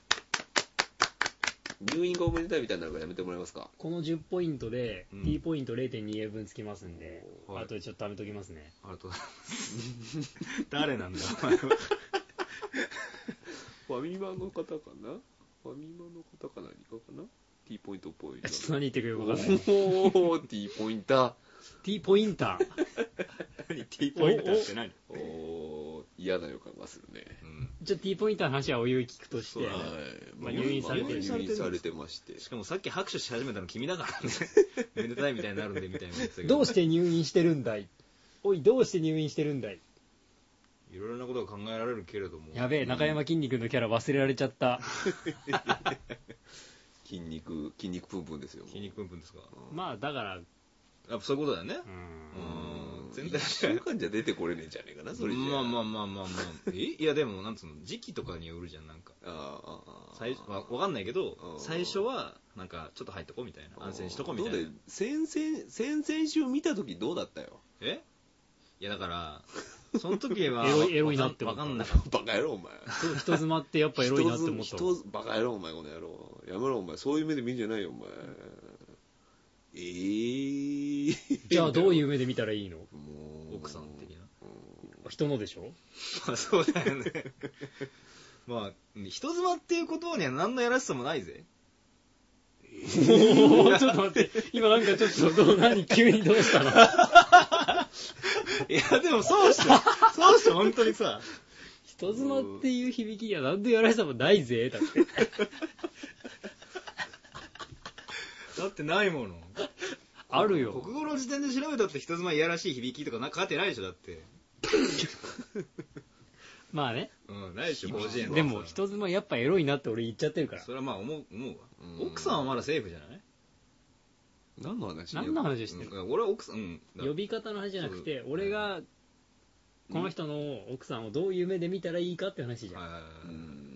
入院がおめでたいみたいになるからやめてもらえますか？ このじゅっポイントで、うん、T ポイント れいてんに 英分つきますんで、はい、あとでちょっと貯めときますね。 ありがとうございます。誰なんだお前は。 ファミマの方かな？ファミマの方か何かかな？ T ポイントっぽい。 ちょっと何言ってくれるか分かんない。 おー、T ポインター。 T ポインター。 何 T ポインターって何？ おー、嫌な予感がするね。 うん、じゃあ T ポインターの話はおいおい聞くとして、はい、まあ、入院されてる。 入院されてまして。 しかもさっき拍手し始めたの君だからね。めでたいみたいになるんでみたいな。 どうして入院してるんだい？おい、どうして入院してるんだい？ いろいろなことが考えられるけれども。 やべえ、中山きんに君のキャラ忘れられちゃった。 筋肉、筋肉プンプンですよ。 筋肉プンプンですか。 うん、まあだから、 やっぱそういうことだよね。 うん。全然いっしゅうかんじゃ出てこれねえんじゃねえかな、それじゃ。 まあまあまあまあまあ。えいやでも、なんつうの、時期とかによるじゃん、なんか。 ああ、 最初、まあ、わかんないけど、最初は、なんか、ちょっと入っとこうみたいな。安静にしとこうみたいな。どうで、 先々、先々週見たときどうだったよ。 えいやだから、その時は、 エロい、エロいなってわかんなかった。 バカ野郎、お前。 人妻ってやっぱエロいなって思った。 人、バカ野郎、お前、この野郎。やめろ、お前。そういう目で見んじゃないよ、お前。えー。 じゃあどういう目で見たらいいの？もう奥さん的な。 人のでしょ？ まあそうだよね。まあ、人妻っていう言葉には何のやらしさもないぜ。 えー、ちょっと待って。今なんかちょっと、どう、何、急にどうしたの？ いや、でもそうっしょ。そうっしょ、本当にさ。 人妻っていう響きには何のやらしさもないぜ、だって。 だってないもの。 あるよ。 国語の時点で調べたって人妻いやらしい響きとかなかかってないでしょ、だって。 まあね。 うん、ないでしょ、広辞苑でも、人妻やっぱエロいなって俺言っちゃってるから。 それはまあ思う、思うわ。奥さんはまだセーフじゃない？ 何の話？ 何の話してる？ うん、俺は奥さん、うん、 呼び方の話じゃなくて、俺が、この人の奥さんをどういう目で見たらいいかって話じゃん。うん、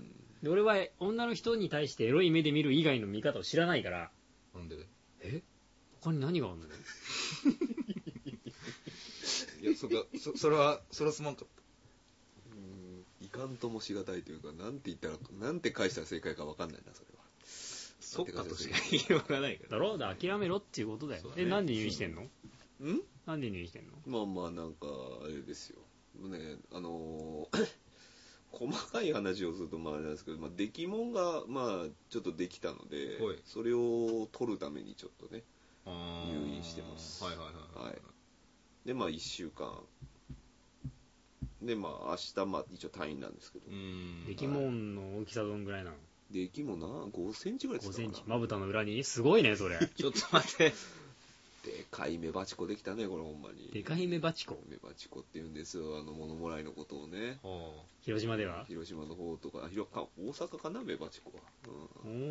で俺は女の人に対してエロい目で見る以外の見方を知らないから。 なんで？ え？他に何があるの？ いや、そか、そ、それは、それはすまんかった。 いかんともしがたいというか、なんて言ったら、なんて返したら正解か分かんないな、それは。 そっかとしか言いようがないから。 だろ？だ諦めろっていうことだよ。え、なんで入院してんの？ん？なんで入院してんの？ まあまあ、なんか、あれですよ。ね、あのー、細かい話をするとまああれなんですけど、まあ、出来もんが、まあ、ちょっとできたので、それを取るためにちょっとね、入院してます。はいはいはい。はい。で、まあ、いっしゅうかん。で、まあ、明日、まあ、一応退院なんですけど。 出来もんの大きさどんぐらいなの？ 出来もんな、ごセンチぐらいですか？ ごセンチ。まぶたの裏にすごいね、それ。 ちょっと待って。 でかいメバチコできたね、これほんまに。 でかいメバチコ？ メバチコって言うんですよ、あの物もらいのことをね。 広島では？ 広島の方とか、あ、大阪かな、メバチコは。うん。うーん。うん、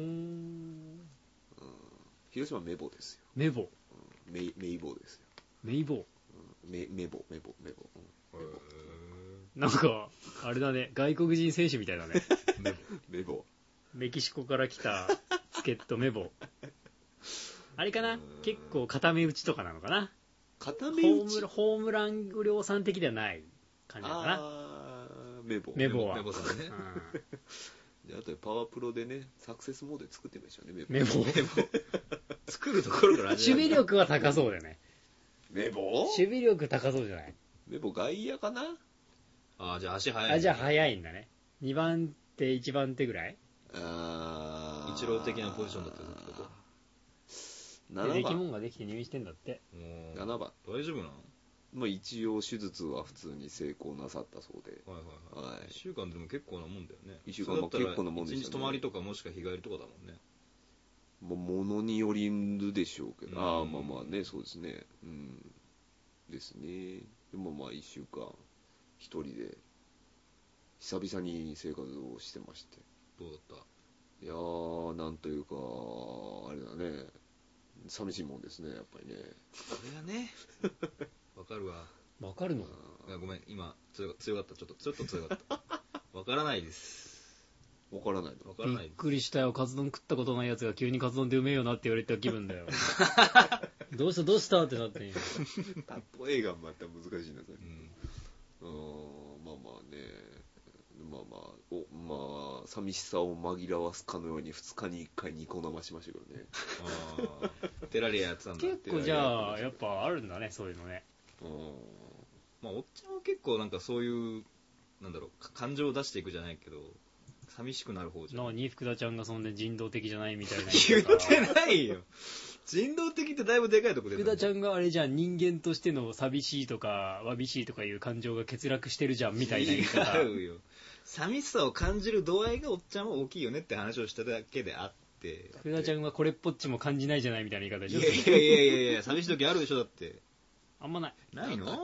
広島メボですよ。 メボ。 うん、メイ、メイボですよ。 メイボ。うん、 メ、メボ、メボ、メボ。うん、メボ。 なんか、あれだね、外国人選手みたいだね。 メボ。メボ。 メキシコから来た助っ人メボ。あれかな、結構固め打ちとかなのかな。 固め打ち？ ホームラン量産的ではない感じなのかな。 あー、メボ。 メボは。 メボさんね。 じゃあ、あとでパワープロでね、サクセスモードで作ってみましょうね、 メボ。メボ。 作るところから守備力は高そうだよね。 メボ？ 守備力高そうじゃない？ メボ外野かな？ ああ、じゃあ足速い、ね。 あ、じゃあ速いんだね。にばん手、いちばん手ぐらい？ ああ。一郎的なポジションだったってこと？ ななばん。できもんができて入院してんだって。 ななばん。 大丈夫なの？ まあ一応手術は普通に成功なさったそうで。 はいはいはい。はい、いっしゅうかんでも結構なもんだよね。 いっしゅうかんも結構なもんでしたね。 いちにち泊まりとかもしくは日帰りとかだもんね。 もうものによりるでしょうけど、ああ、まあまあね、そうですね。うん。ですね。でもまあいっしゅうかん、一人で、久々に生活をしてまして。 どうだった？ いやー、なんというか、あれだね。寂しいもんですね、やっぱりね。 それはね。わかるわ。 わかるの？ ごめん、今強、強かった。ちょっと、ちょっと強かった。わからないです。 わからないの？ わからないです。 びっくりしたよ。カツ丼食ったことないやつが急にカツ丼でうめえよなって言われた気分だよ。どうしたどうしたってなってんよ。 例えがまた難しいな、それ。うん。うん、まあまあね。まあまあ、お、まあ、寂しさを紛らわすかのようにふつかにいっかいニコ生しましたけどね。 ああ。テラリアやってたんだ。 結構じゃあ、やっぱあるんだね、そういうのね。 うん。まあ、おっちゃんは結構なんかそういう、なんだろう、感情を出していくじゃないけど、寂しくなる方じゃん。 なに、福田ちゃんがそんな人道的じゃないみたいな言ってないよ。人道的ってだいぶでかいとこで。 福田ちゃんがあれじゃん、人間としての寂しいとか、わびしいとかいう感情が欠落してるじゃん、みたいな言い方。 違うよ。寂しさを感じる度合いがおっちゃんは大きいよねって話をしただけであって。 福田ちゃんはこれっぽっちも感じないじゃないみたいな言い方でしょ。 いやいやいやいやいや、寂しい時あるでしょ、だって。 あんまない。 ないの？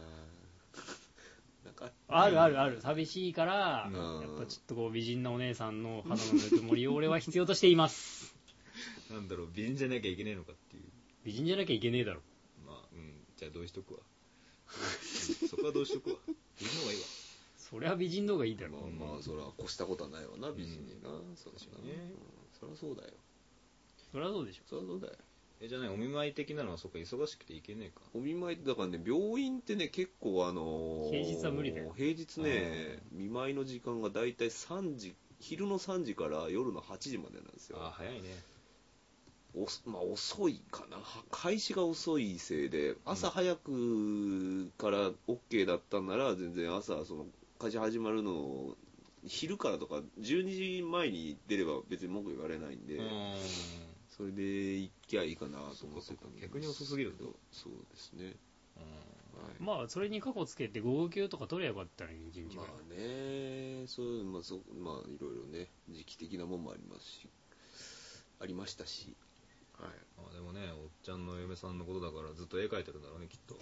あるあるある。寂しいから、やっぱちょっとこう美人なお姉さんの肌のぬくもりを俺は必要としています。 なんだろう、美人じゃなきゃいけねえのかっていう。 美人じゃなきゃいけねえだろ。 まあ、うん。じゃあどうしとくわ。そこはどうしとくわ。美人の方がいいわ。 そりゃ美人の方がいいだろ。 まあまあ、そりゃ越したことはないわな、美人にな。うん、そうだね。そりゃそうだよ。 そりゃそうでしょ。 そりゃそうだよ。 え、じゃあね、お見舞い的なのはそっか忙しくていけねえか。 お見舞いだからね、病院ってね、結構あのー、平日は無理だよ。 平日ね、見舞いの時間がだいたいさんじ、昼のさんじから夜のはちじまでなんですよ。 ああ、早いね。 お、まあ遅いかな。開始が遅いせいで、朝早くから OK だったんなら、全然朝、その、開始始まるの、昼からとかじゅうにじまえに出れば別に文句言われないんで、それで行きゃいいかなと思ってたんで。 逆に遅すぎると。 そうですね。 うん、はい、まあそれに過去つけて午後休とか取ればよかったらいい一日ぐらい。 まあね、そういうまあそまあいろいろね時期的なもんもありますし、ありましたし、はい。 あでもね、おっちゃんの嫁さんのことだからずっと絵描いてるんだろうねきっと。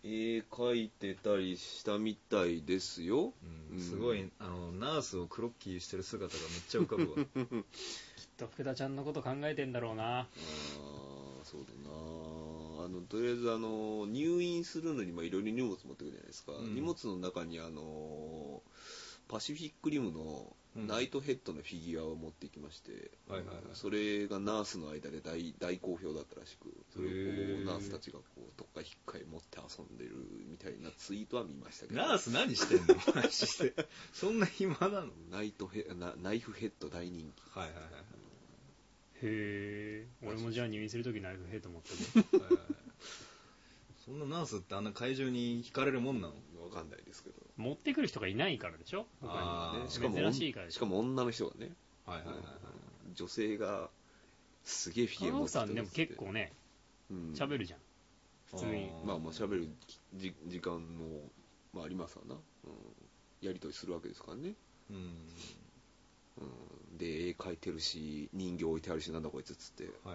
絵描いてたりしたみたいですよ、 うん、すごいあのナースをクロッキーしてる姿がめっちゃ浮かぶわきっと福田ちゃんのこと考えてんだろうな。 あそうだなあのとりあえずあの入院するのにいろいろ荷物持ってくるじゃないですか、うん、荷物の中にあのパシフィックリムのナイトヘッドのフィギュアを持ってきまして、うんはいはいはい、それがナースの間で 大, 大好評だったらしく、それをこうナースたちがこうどっか引っかい持って遊んでるみたいなツイートは見ましたけど。 ナース何してんのマジでそんな暇なの。 ナイトヘなナイフヘッド大人気。 はいはいはい、 うん、へえ、俺もじゃあ入院するときナイフヘッド持ってるはいはい、はい、 そんなナースってあんな怪獣に惹かれるもんなの。 わかんないですけど、 持ってくる人がいないからでしょ。 あ、ね、しかも珍しいからでしょ。しかも女の人がね、はいはいはいはい、女性がすげえフィギュア持ってたんですって。 でも結構ね喋、うん、るじゃん普通に。 まあまあ喋る時間も、まあ、ありますわな、うん、やり取りするわけですからね、うんうん、で絵描いてるし人形置いてあるしなんだこいつっつって、はいはいはい、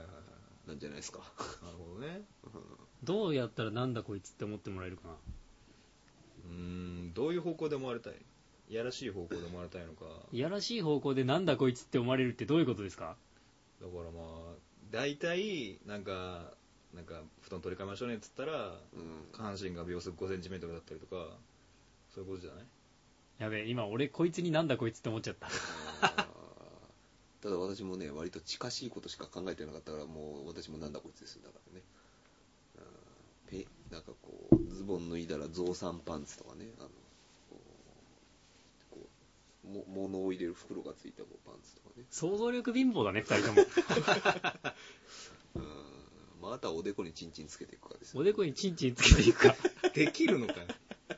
なんじゃないですか。 なるほどねどうやったらなんだこいつって思ってもらえるかな。 うーん、どういう方向で思われたい。いやらしい方向で思われたいのか。 いやらしい方向でなんだこいつって思われるってどういうことですか。 だからまあ大体なんかなんか布団取り替えましょうねっつったら、うん、下半身が秒速ごセンチメートルだったりとかそういうことじゃない。 やべえ今俺こいつになんだこいつって思っちゃったただ私もね割と近しいことしか考えてなかったからもう私もなんだこいつですよ。だからねペなんかこうズボン脱いだらゾウさんパンツとかね、あのこうこうも物を入れる袋がついたこうパンツとかね。 想像力貧乏だねふたりともうん、まあ、あとはおでこにチンチンつけていくかですよ、 ね、おでこにチンチンつけていくかできるのかよ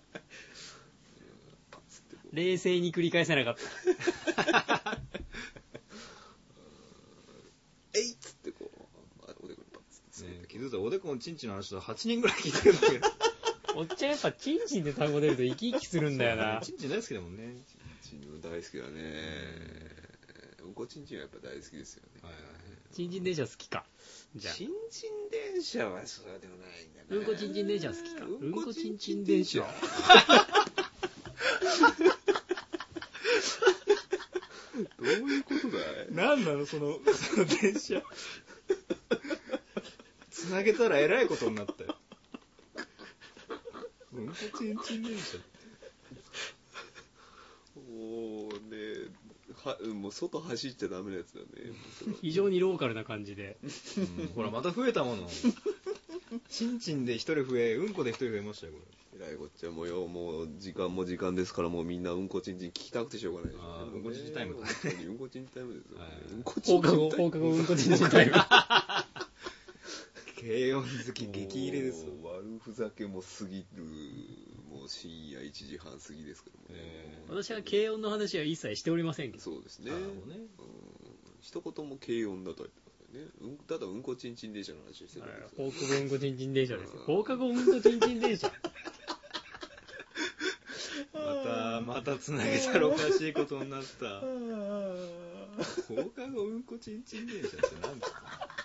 冷静に繰り返せなかったえいっつってこうおでこにパンツつけて、 ね、気づいたらおでこのチンチンの話とはちにんぐらい聞いてるんだけどおっちゃんやっぱチンチンって単語出ると生き生きするんだよな。 チンチン大好きだもんね。 チンチン大好きだね。うんこチンチンはやっぱ大好きですよね。はいはい、 チンチン電車好きか。じゃあチンチン電車はそうでもないんだね。 うんこチンチン電車好きか。うんこチンチン電車どういうことだい。 なんなのそのその電車つなげたらえらいことになったよ。うんこチンチン電車もうねはもう外走っちゃダメなやつだね非常にローカルな感じで、 うん、ほらまた増えたものチンチンで一人増えうんこで一人増えましたよこれ。えらいこっちゃもうよもう時間も時間ですからもうみんなうんこチンチン聞きたくてしょうがないでしょ。 あうんこチンチンタイムだね。 うんこチンチンタイムですよ、ね、 うんこチンチンタイム放課後うんこチンチンタイム軽音好き激入れですよ。 悪ふざけも過ぎるもう深夜いちじはん過ぎですけどもね、えー、私は軽音の話は一切しておりませんけど。 そうですね、ね、うん、一言も軽音だとは言ってますよね、うん、ただうんこちんちん電車の話をしてるんですよ。 放課後うんこちんちん電車ですよ。放課後うんこちんちん電車またまたつなげたらおかしいことになった放課後うんこちんちん電車って何ですか。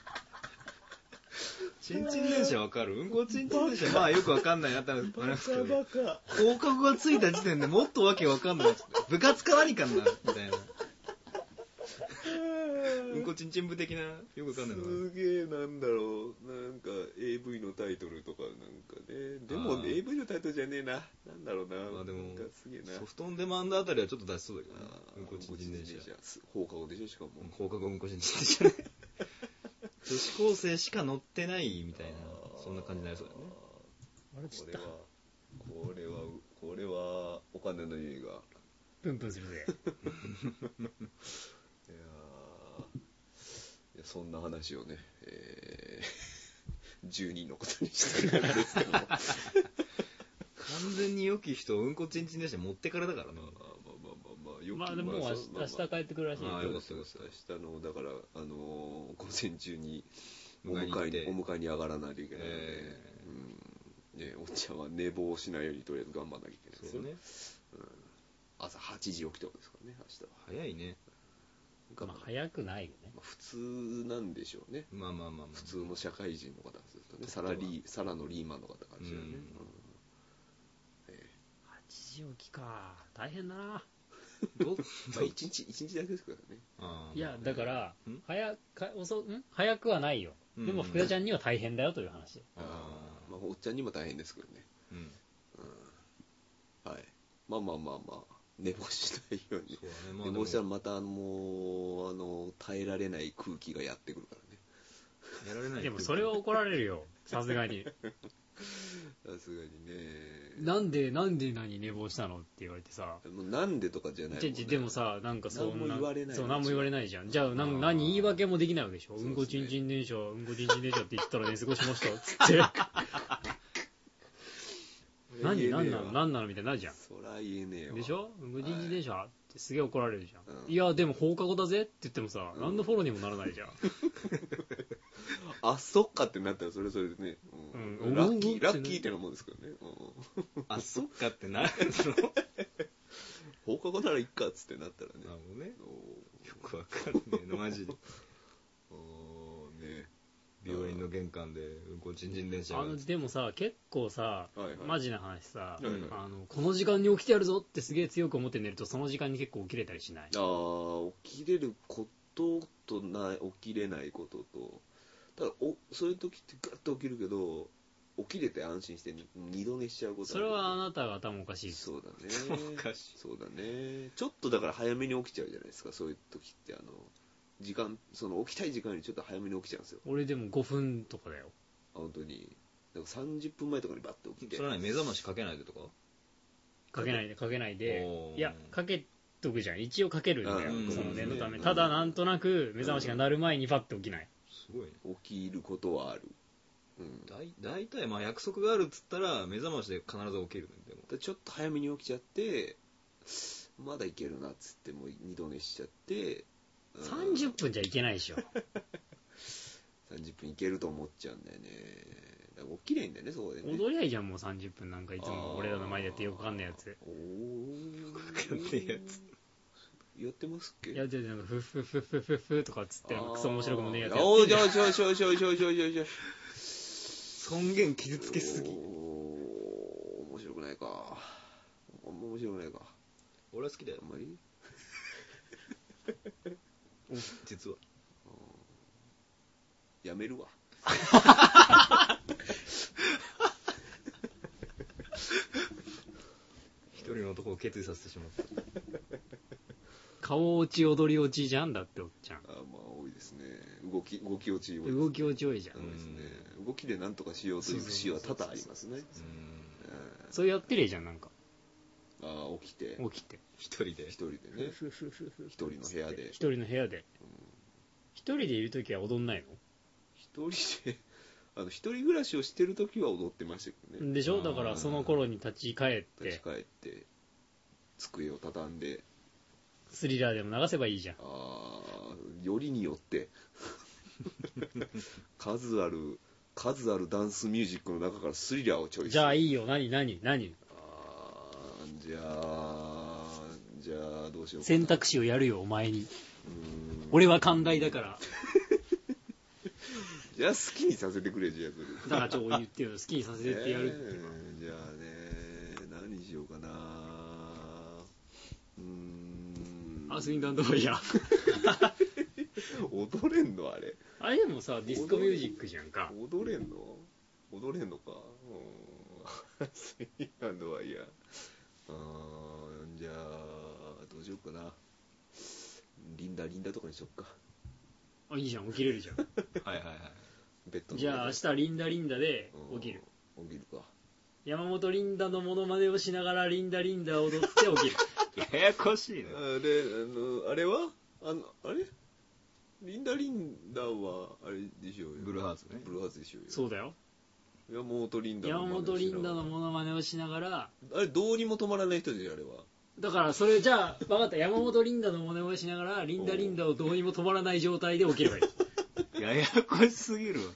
チンチン電車わかる。うんこチンチン電車まあよくわかんないなって思いますけど、ね、放課後がついた時点でもっとわけわかんない部活か何かになるみたいなうんこちんちん部的なよくわかんないのすげえなんだろうなんか エーブイ のタイトルとかなんかねでも エーブイ のタイトルじゃねえななんだろうな、まあ、でもなんかすげえなソフトオンデマンドあたりはちょっと出しそうだけど、ね、うんこちんちん電車放課後でしょしかも放課後うんこちんちん電車ね女子高生しか乗ってないみたいなそんな感じになりそうだよね。 あれちったこれはこれはこれはお金の匂いがプンプンするぜいやいやそんな話をね、えー、じゅうにんのことにしてるんですけども完全に良き人うんこちんちん電車持ってからだからな、まあまあまあまあまあよきまあでももう明日、まあまあ、明日帰ってくるらしい。 ああよかったよかった明日のだからあのー、午前中にお迎えにお迎えに上がらないといけないので、えーうんね、おっちゃんは寝坊しないようにとりあえず頑張らなきゃいけないですよね、うん、朝はちじ起きとかですからね明日は早いね。 まあ、早くないよね、 まあ、普通なんでしょうね。 まあまあまあまあ普通の社会人の方からするとねサラリーサラのリーマンの方からするとね、うん時起きか大変だなどまあ一日一日だけですからね。 いやだから早か遅ん早くはないよ、うん、でも福田ちゃんには大変だよという話。 ああまあおっちゃんにも大変ですけどね。うん、うん、はい。まあまあまあまあ寝坊しないように。うねまあ、寝坊したらまたもうあの耐えられない空気がやってくるからね。 やられないでもそれは怒られるよさすがに。 さすがにね。 なんでなんで何寝坊したのって言われてさ、 もうなんでとかじゃないもん、ね、 でもさなんかそんな何も言われないそう何も言われないじゃん。じゃあ何何言い訳もできないわけでしょ。うんこちんちん電車うんこちんちん電車って言ったら寝過ごしましたっつって何何なの何なのみたいになるじゃん。 そら言えねえわでしょ。うんこちんちん電車、はい、ってすげえ怒られるじゃん、うん、いやでも放課後だぜって言ってもさ、うん、何のフォローにもならないじゃん。 あそっかってなったらそれそれでね、うんうん、ラッキーラッキーってなもんですけどね、 うん、あそっかってなるの放課後ならいっかっつってなったらね。 なるほどね。よくわかんねえのマジで。 あね、 病院の玄関でうんこちんちん電車があのでもさ結構さ、はいはい、マジな話さ、はいはい、あのこの時間に起きてやるぞってすげえ強く思って寝るとその時間に結構起きれたりしない？ ああ起きれることとない起きれないことと。ただおそういう時ってガッと起きるけど起きれて安心して二度寝しちゃうこと。 それはあなたが頭おかしい。 そうだねおかしい。そうだねちょっとだから早めに起きちゃうじゃないですか。そういう時ってあの時間その起きたい時間よりちょっと早めに起きちゃうんですよ。 俺でもごふんとかだよ。 あ本当にだからさんじゅっぷんまえとかにバッと起きて。 それは目覚ましかけないでとかかけないでかけないでいやかけとくじゃん一応かけるんだよその念のため。ただなんとなく目覚ましが鳴る前にパッと起きない。 すごいね。 起きることはある。 うん、だい大体まあ約束があるっつったら目覚ましで必ず起きるんでもちょっと早めに起きちゃってまだいけるなっつってもう二度寝しちゃって、 うん、さんじゅっぷんじゃいけないでしょ。 さんじゅっぷんいけると思っちゃうんだよね。だから起きれんだよねそこでね。 踊りゃいいじゃんもうさんじゅっぷんなんかいつも俺らの前でやってよくわかんないやつ。 おーよくわかんないやつやってますっけ。 いや、じゃあ、なんか、ふっふっふっふっふっふとかっつって、クソ面白くもねえやつやっておー、じゃあ、じゃあ、じゃあ、じゃあ、じゃあ、じゃあ、じゃあ、 尊厳傷つけすぎ。おー、 面白くないか。あんま面白くないか。 俺は好きだよ。 あんまり実は。 やめるわ。 一人の男を決意させてしまった。 顔落ち踊り落ちじゃんだっておっちゃん。 あまあ多いですね。動き動き落ち多いですね。 動き落ち多いじゃん。 そうですね。動きでなんとかしようという節は多々ありますね。 そうやってるじゃんなんか。 ああ起きて起きて一人で一人でね。一人の部屋で。 一人の部屋で。一人でいるときは踊んないの？ 一人であの一人暮らしをしてるときは踊ってましたけどね。 でしょ。だからその頃に立ち返って立ち返って机を畳んで。 スリラーでも流せばいいじゃん。ああ、よりによって数ある数あるダンスミュージックの中からスリラーをチョイス。 じゃあいいよ。何何何。 あーじゃあじゃあどうしようかな。 選択肢をやるよお前に。うーん俺は寛大だから。 じゃあ好きにさせてくれじゃあそれ。 だからちょっと言ってよ好きにさせてってやるっていうか、 えー、じゃあね何しようかな。うーんアースウィンド&ファイヤー踊れんのあれ。 あれでもさディスコミュージックじゃんか。 踊れんの踊れんのか。アースウィンド&ファイヤー。あーじゃあどうしようかな。リンダリンダとかにしよっか。 あいいじゃん起きれるじゃん。 はいはいはい。 ベッドのじゃあ明日リンダリンダで起きる。 起きるか。 山本リンダのモノマネをしながらリンダリンダを踊って起きる。 ややこしいね。 あれあのあれはあのあれリンダリンダはあれでしょうよ。 ブルーハーツね。 ブルーハーツでしょうよ。 そうだよ。 山本リンダの山本リンダのモノマネをしながら。あれどうにも止まらない人でしょあれは。 だからそれじゃあ分かった。山本リンダのモノマネをしながらリンダリンダをどうにも止まらない状態で起きればいい。 ややこしすぎるわ。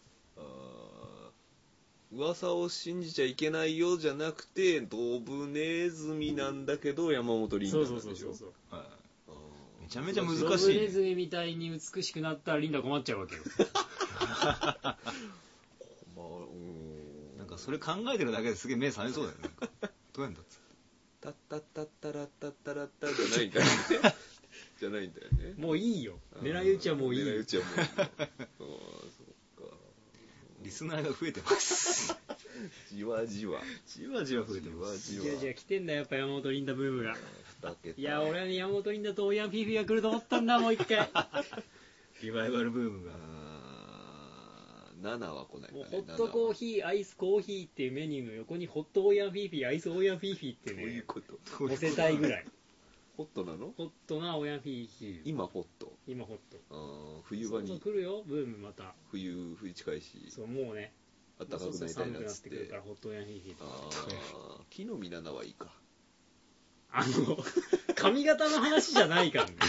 噂を信じちゃいけないよじゃなくてドブネズミなんだけど山本リンダなんでしょ。そうそうそうそう、はい、 めちゃめちゃ難しい、ね、 ドブネズミみたいに美しくなったらリンダ困っちゃうわけよ。 なんかそれ考えてるだけですげえ目覚めそうだよね。どうやんだっつってタッタッタッタラッタッタラッタじゃないんだよねじゃないんだよね。 もういいよ、狙い撃ちはもういい。 狙い撃ちはもういい。ああ、そうか。 リスナーが増えてますじわじわじわじわ増えてます。 じわじわ来てんだよ、やっぱ山本リンダブームが。いや俺はね、山本リンダとオーヤンフィーフィが来ると思ったんだ、もう一回リバイバルブームが。 ななは来ないかね。 もうホットコーヒーアイスコーヒーっていうメニューの横にホットオーヤンフィーフィアイスオーヤンフィーフィってね、 どういうこと載せたいぐらい。 ホットなの？ ホットなオーヤンフィーフィ。 今ホット。 今ホット。 ああ、冬場に。 そうそう来るよ、ブームまた。 冬冬近いし。 そうもうね。 暖かくなりたいなっつって。 寒くなってくるからホットオーヤンフィーフィ。 ああ、木の実ななはいいか。 あの髪型の話じゃないからね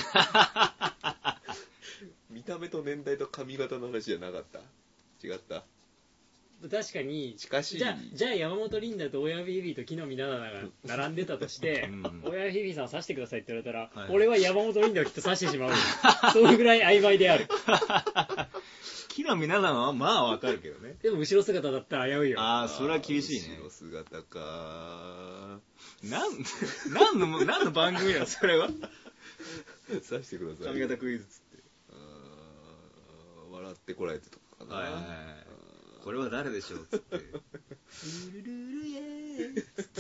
見た目と年代と髪型の話じゃなかった。違った。 確かに近しい。 じゃあじゃあ山本リンダとオーヤンフィーフィと木の実奈々が並んでたとしてうん、オーヤンフィーフィさんを刺してくださいって言われたら、はい、俺は山本リンダをきっと刺してしまうそのぐらい曖昧である木の実奈々はまあわかるけどね。 でも後ろ姿だったら危ういよ。 ああ、それは厳しいね。 後ろ姿か。 なん何の何の番組なのそれは刺してください。 髪型クイズつって。 あ、笑ってこられてとかかな。はいはいはい。 これは誰でしょうつって。ルルルルイエーイつって。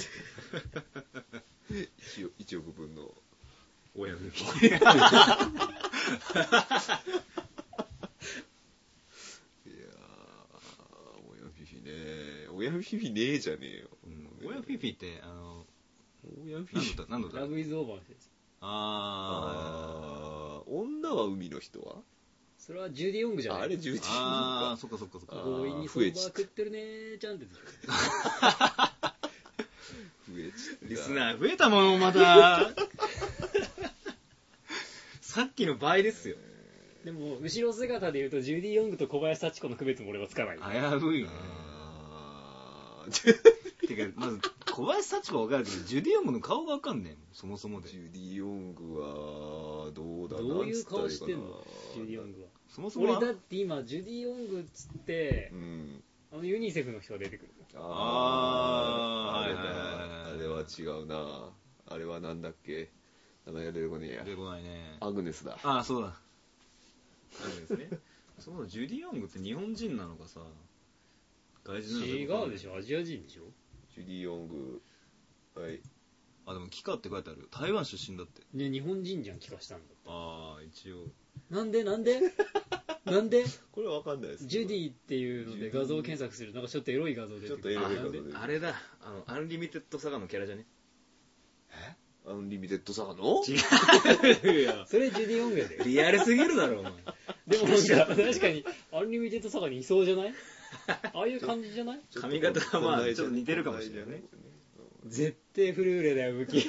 いちおくぶんの親指。 親フィフィねえじゃねえよ。 親フィフィってあの親フィフィ何度だ。 ラブイズオーバーの人です。 ああ、女は海の人は？ それはジュディ・ヨングじゃない。 あれジュディ・ヨングか。 ああ、そっかそっかそっか。 強引にソーバー食ってるねーちゃんって。増えちリスナー増えたものまた。さっきの倍ですよ。 でも後ろ姿で言うとジュディ・ヨングと小林幸子の区別も俺はつかない。 危ういね。てかまず小林幸子は分かるけどジュディ・ヨングの顔が分かんねえそもそもで。 ジュディ・ヨングはどうだ。 どういう顔してんのジュディ・ヨングは。 そもそも俺だって今ジュディ・ヨングっつって、うん、あのユニセフの人が出てくる。 ああ、あれだ、あれは違うな。あれはなんだっけ、名前が出てこねえや。 出てこないね。 アグネスだ。 ああ、そうだ。アグネスね。そうだ、ジュディ・ヨングって日本人なのかさ、 外人なのか。違うでしょ、アジア人でしょ。 ジュディ・ヨング、はい。 あ、でもキカって書いてある。台湾出身だって。 ね、日本人じゃん、キカしたんだって。 ああ、一応。 なんでなんでなんでこれはわかんないです。 ジュディっていうので画像検索するとなんかちょっとエロい画像出てくる。ちょっとエロい画像出てくる。 あれだ、あのアンリミテッドサガのキャラじゃね。 え？アンリミテッドサガの？ 違うよ。それジュディ・ヨングやで。 リアルすぎるだろお前。 でもなんか確かにアンリミテッドサガにいそうじゃない？ああいう感じじゃない？ 髪型がまあちょっと似てるかもしれないね。 絶対フルーレだよ武器。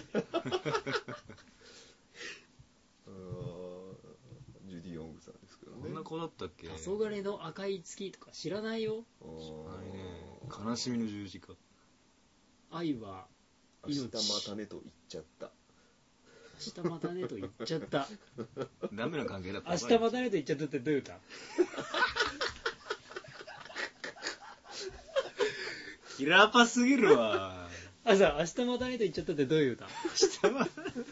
こんな子だったっけ？ 黄昏の赤い月とか知らないよ。 知らないね。悲しみの十字架。 愛は命。 明日またねと言っちゃった。 明日またねと言っちゃった。 ダメな関係だった。 明日またねと言っちゃったってどういう歌？ キラーパすぎるわ。 あ、さ、明日またねと言っちゃったってどういう歌？ 明日また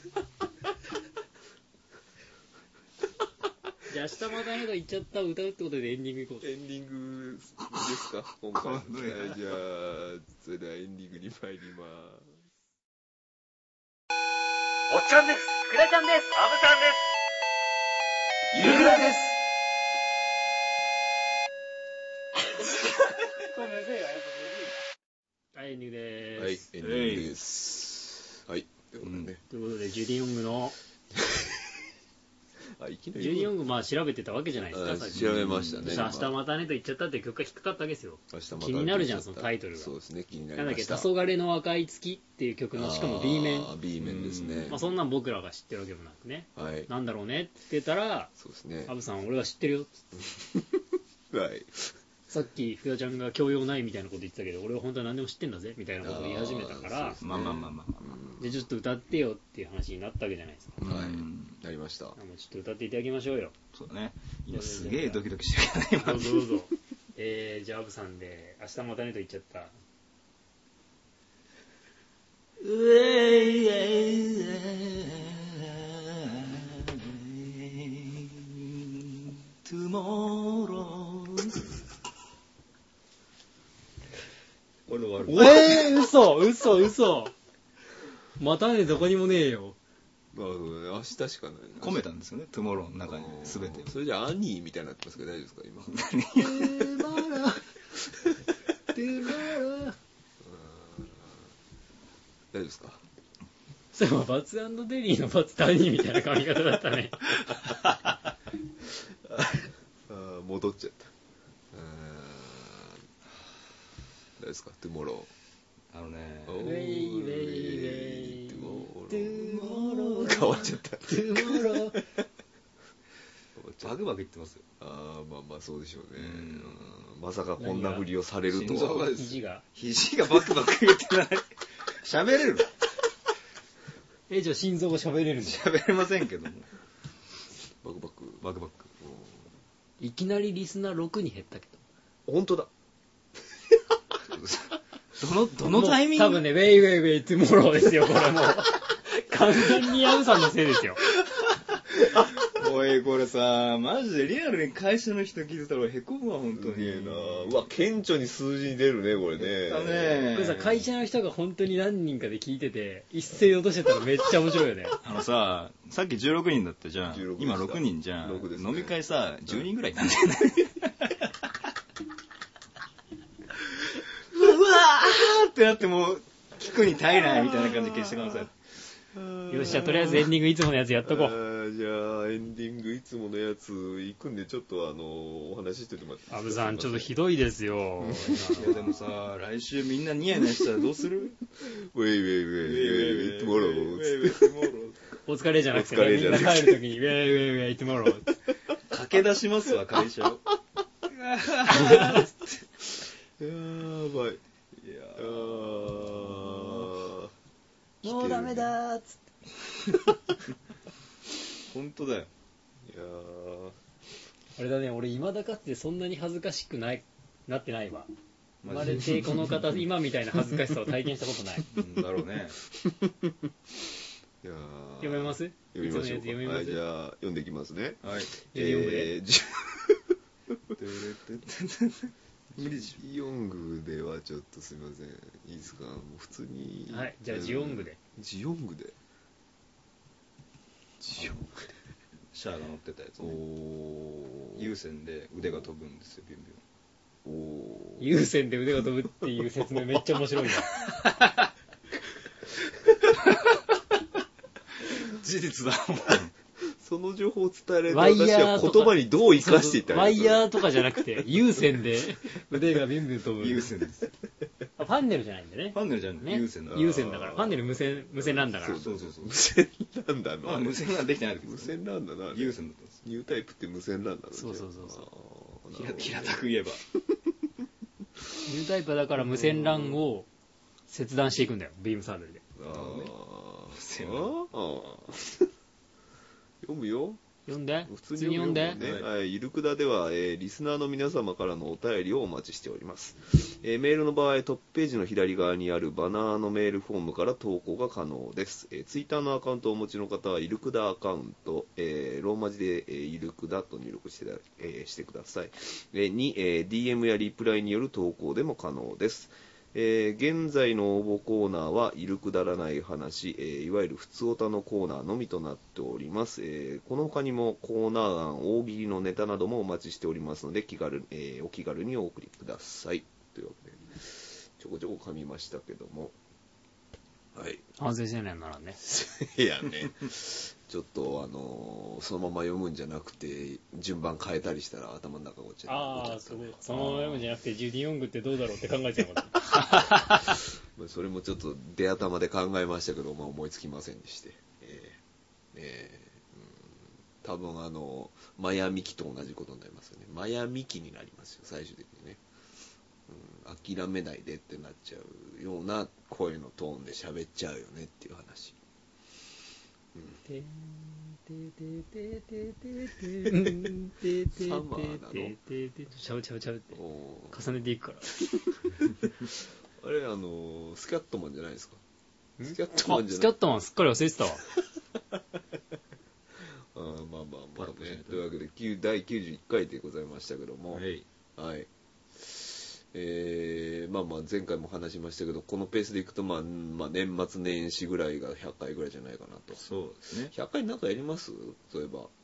じゃあ明日またねと言っちゃった歌うってことでエンディングいこう。 エンディングですか今回。じゃあそれではエンディングに参ります。 おっちゃんです。くらちゃんです。あぶさんです。ゆうらです。 これむずいわ、やっぱむずい。はい、エンディングでーす。 はい、エンディングです。はい、ということでね。 ということでジュディ・ヨングのあ、いきなりジュディ・ヨングまあ調べてたわけじゃないですか。 調べましたね。 明日またねと言っちゃったっていう曲が引っかかったわけですよ。 明日またね気になるじゃんそのタイトルが。 そうですね、気になりました。 なんだっけ、黄昏の赤い月っていう曲のしかも B 面。 あ B 面ですね。 まあそんなん僕らが知ってるわけもなくね。 はい。 なんだろうねって言ったら、 そうですね。 アブさん俺は知ってるよ。 はい。 さっき福田ちゃんが教養ないみたいなこと言ってたけど俺は本当は何でも知ってんだぜみたいなことを言い始めたから、 まあまあまあまあまあでちょっと歌ってよっていう話になったわけじゃないですか。 はい、なりました。 もうちょっと歌っていただきましょうよ。 そうだね。今すげえドキドキしてるからね。どうぞどうぞ。えー、じゃあアブさんで明日またねと言っちゃった。 トゥモローこれ終わる。 えー、嘘嘘嘘またねどこにもねえよ。 まあ、明日しかない。 込めたんですよね、トゥモローの中にすべて。 それじゃあアニーみたいになってますけど大丈夫ですか今。 トゥモロートゥモロー大丈夫ですか。 そういえばバツ&デリーのバツとアニーみたいな髪型だったね。 あ戻っちゃった。大丈夫ですかトゥモロー。あのねウェイウェイウェイトゥモロー変わっちゃった。 トゥモローバグバグ言ってますよ。 ああまあまあそうでしょうね。うんまさかこんなふりをされるとは。 肘が肘がバクバク言ってない。喋れる。 えじゃあ心臓が喋れるの？ 喋れませんけども。 バクバクバクバク。 いきなりリスナーろくに減ったけど。本当だ。 どのどのタイミング？ 多分ねウェイウェイウェイトゥモローですよこれもう。完全にヤムさんのせいですよ。 おいこれさマジでリアルに会社の人聞いてたらへこむわ本当に。 すげえな。うわ顕著に数字に出るねこれね。 だね。 これさ会社の人が本当に何人かで聞いてて一斉落としてたらめっちゃ面白いよね。 あのささっきじゅうろくにんだったじゃん。今ろくにんじゃん。ろくですね、飲み会さじゅうにんぐらいなんだよね。うわーってなってもう聞くに耐えないみたいな感じで消してください。 よしじゃあとりあえずエンディングいつものやつやっとこう。 あじゃあエンディングいつものやつ行くんでちょっとあのお話ししててもらって。 アブさんちょっとひどいですよ。 いやでもさ来週みんなニヤニヤしたらどうする？ ウェイウェイウェイウェイトゥモロー。 お疲れじゃなくて、ね、みんな帰るときにウェイウェイウェイトゥモロー。 駆け出しますわ会社を。 やばい。いやもうダメだーっつって本当だよ。 いやあれだね俺未だかつてそんなに恥ずかしくないなってないわ。生まれてこの方今みたいな恥ずかしさを体験したことない。 うんだろうね。 いや読めます？ 読みましょうか。 読みます？ はい、じゃあ読んでいきますね。 はい。 えー、 無理でしょ。 ジオングではちょっとすみません。いいですか？もう普通に。 はい、じゃあジオングで。 ジオングで。ジオングで。 シャアが乗ってたやつ、ね。 お有線で腕が飛ぶんですよ、ビュンビュン。お有線で腕が飛ぶっていう説明めっちゃ面白いな。 事実だもん。 その情報を伝えられると私は言葉にどう生かしていったらいいワイヤーとかじゃなくて有線で腕がビュンビュン飛ぶ。 有線です。 あ、パンネルじゃないんでね。 パンネルじゃない、 ね、 有線だ。 有線だから。パンネル無線無線なんだから。 そうそうそう。 無線なんだな。 まあ無線ができてない無線なんだな。 有線だったんです。 ニュータイプって無線なんだな。 そうそうそうそう。 平たく言えば。 ニュータイプだから無線 ラン を切断していくんだよ。ビームサーベルで。 ああ。 無線 ラン。 読むよ。 読んで。 普通に読んで。ね、はい。ゆるくだでは、えー、リスナーの皆様からのお便りをお待ちしております。えー、メールの場合、トップページの左側にあるバナーのメールフォームから投稿が可能です。えー、ツイッターのアカウントをお持ちの方は、ゆるくだアカウント、えー、ローマ字で、えー、ゆるくだと入力して、えー、してください。えー、に、えー、ディーエム やリプライによる投稿でも可能です。えー、現在の応募コーナーは、いるくだらない話、えー、いわゆるふつおたのコーナーのみとなっております。えー、この他にもコーナー案、大喜利のネタなどもお待ちしておりますので、気軽、えー、お気軽にお送りください。というわけで、ちょこちょこ噛みましたけども。はい。 反省してないならね。 いやね、ちょっとあのー、そのまま読むんじゃなくて、順番変えたりしたら頭の中ごっちゃああ、そう。そのまま読むんじゃなくて、ジュディ・ヨングってどうだろうって考えちゃうこと。 それもちょっと出頭で考えましたけど、まあ、思いつきませんでして。えーえー、うん、多分あの、マヤミキと同じことになりますよね。マヤミキになりますよ、最終的にね。うん、諦めないでってなっちゃうような声のトーンで喋っちゃうよねっていう話。うん、てててててててててサマーなの？ ちゃうちゃうちゃうって重ねていくから。 あれあのスキャットマンじゃないですか？ スキャットマンじゃない。 スキャットマンすっかり忘れてたわ。 あまあまあまあね。というわけでだいきゅうじゅういっかいでございましたけども、はい、はい、えー、まあまあ前回も話しましたけど、このペースでいくと、まあ、まあ年末年始ぐらいがひゃっかいぐらいじゃないかなと。 そうですね。 ひゃっかいなんかやります？そういえば。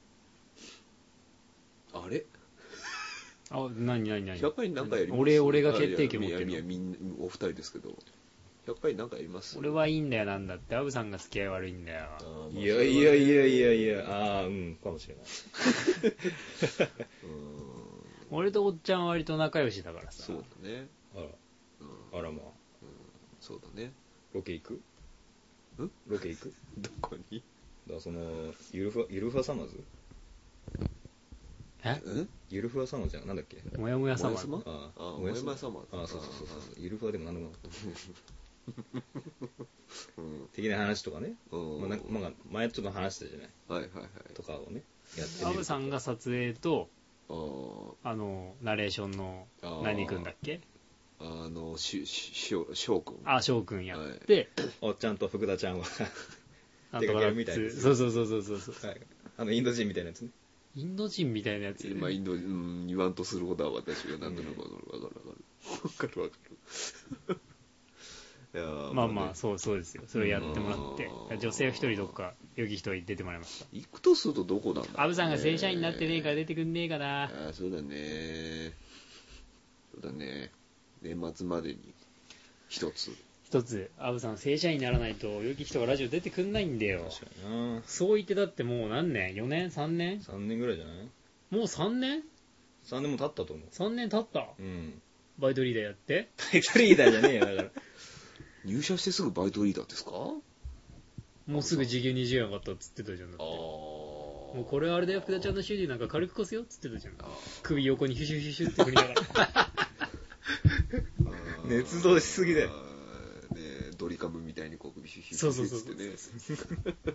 あれ？ あ、何何何？ ひゃっかいなんかやります？ 俺俺が決定権持ってるの？ いやいやみんなお二人ですけど。ひゃっかいなんかやります？ 俺はいいんだよ。なんだってアブさんが付き合い悪いんだよ。 いやいやいやいやいや、ああうんかもしれない。 うん俺とおっちゃんは割と仲良しだからさ。 そうだね。 あら、うん、あらまあ、うん、 そうだね。 ロケ行く？ ん？ ロケ行く？ どこに？ だからそのゆるふわゆるふわサマーズ？ え？ ゆるふわサマーズじゃん、なんだっけ？ もやもやサマーズ。 ああ、もやもやサマーズ。 ああ、そうそうそうそう。ゆるふわでもなんでもなかった。的な話とかね。まあなんかまあ前ちょっと話したじゃない。 はいはいはい。 とかをねやってみる。 アブさんが撮影と。あのナレーションの何君だっけ？ あのしし翔くん。 あ翔くんやって、 はい、おっちゃんと福田ちゃんは出かけるみたいな。そうそうそうそうそうそう。 はい。あのインド人みたいなやつね。 インド人みたいなやつ。 まあインド、うん、言わんとすることは私はなんとなくわかるわかるわかるわかるわかる。いやまあまあそうそうですよ。それをやってもらって女性を一人どっか良き人に出てもらいました。 行くとするとどこなんだ、ね、 アブさんが正社員になってねえから出てくんねえかな。 ああそうだねそうだね年末までに一つ一つアブさん正社員にならないと良き人がラジオ出てくんないんだよ。確かにな。そう言ってだってもう何年 ?よねん さんねんさんねんぐらいじゃない？ もうさんねんさんねんも経ったと思う。 さんねん経った。 うんバイトリーダーやってバイトリーダーじゃねえよだから入社してすぐバイトリーダーですか？もうすぐ時給にじゅうえん上がったっつってたじゃん。だってもうこれあれだよ福田ちゃんの シーディー なんか軽く越すよっつってたじゃん。首横にヒュシュヒュシュって振りながら熱動しすぎだよね。 ドリカムみたいにこう首ヒュヒュシュってね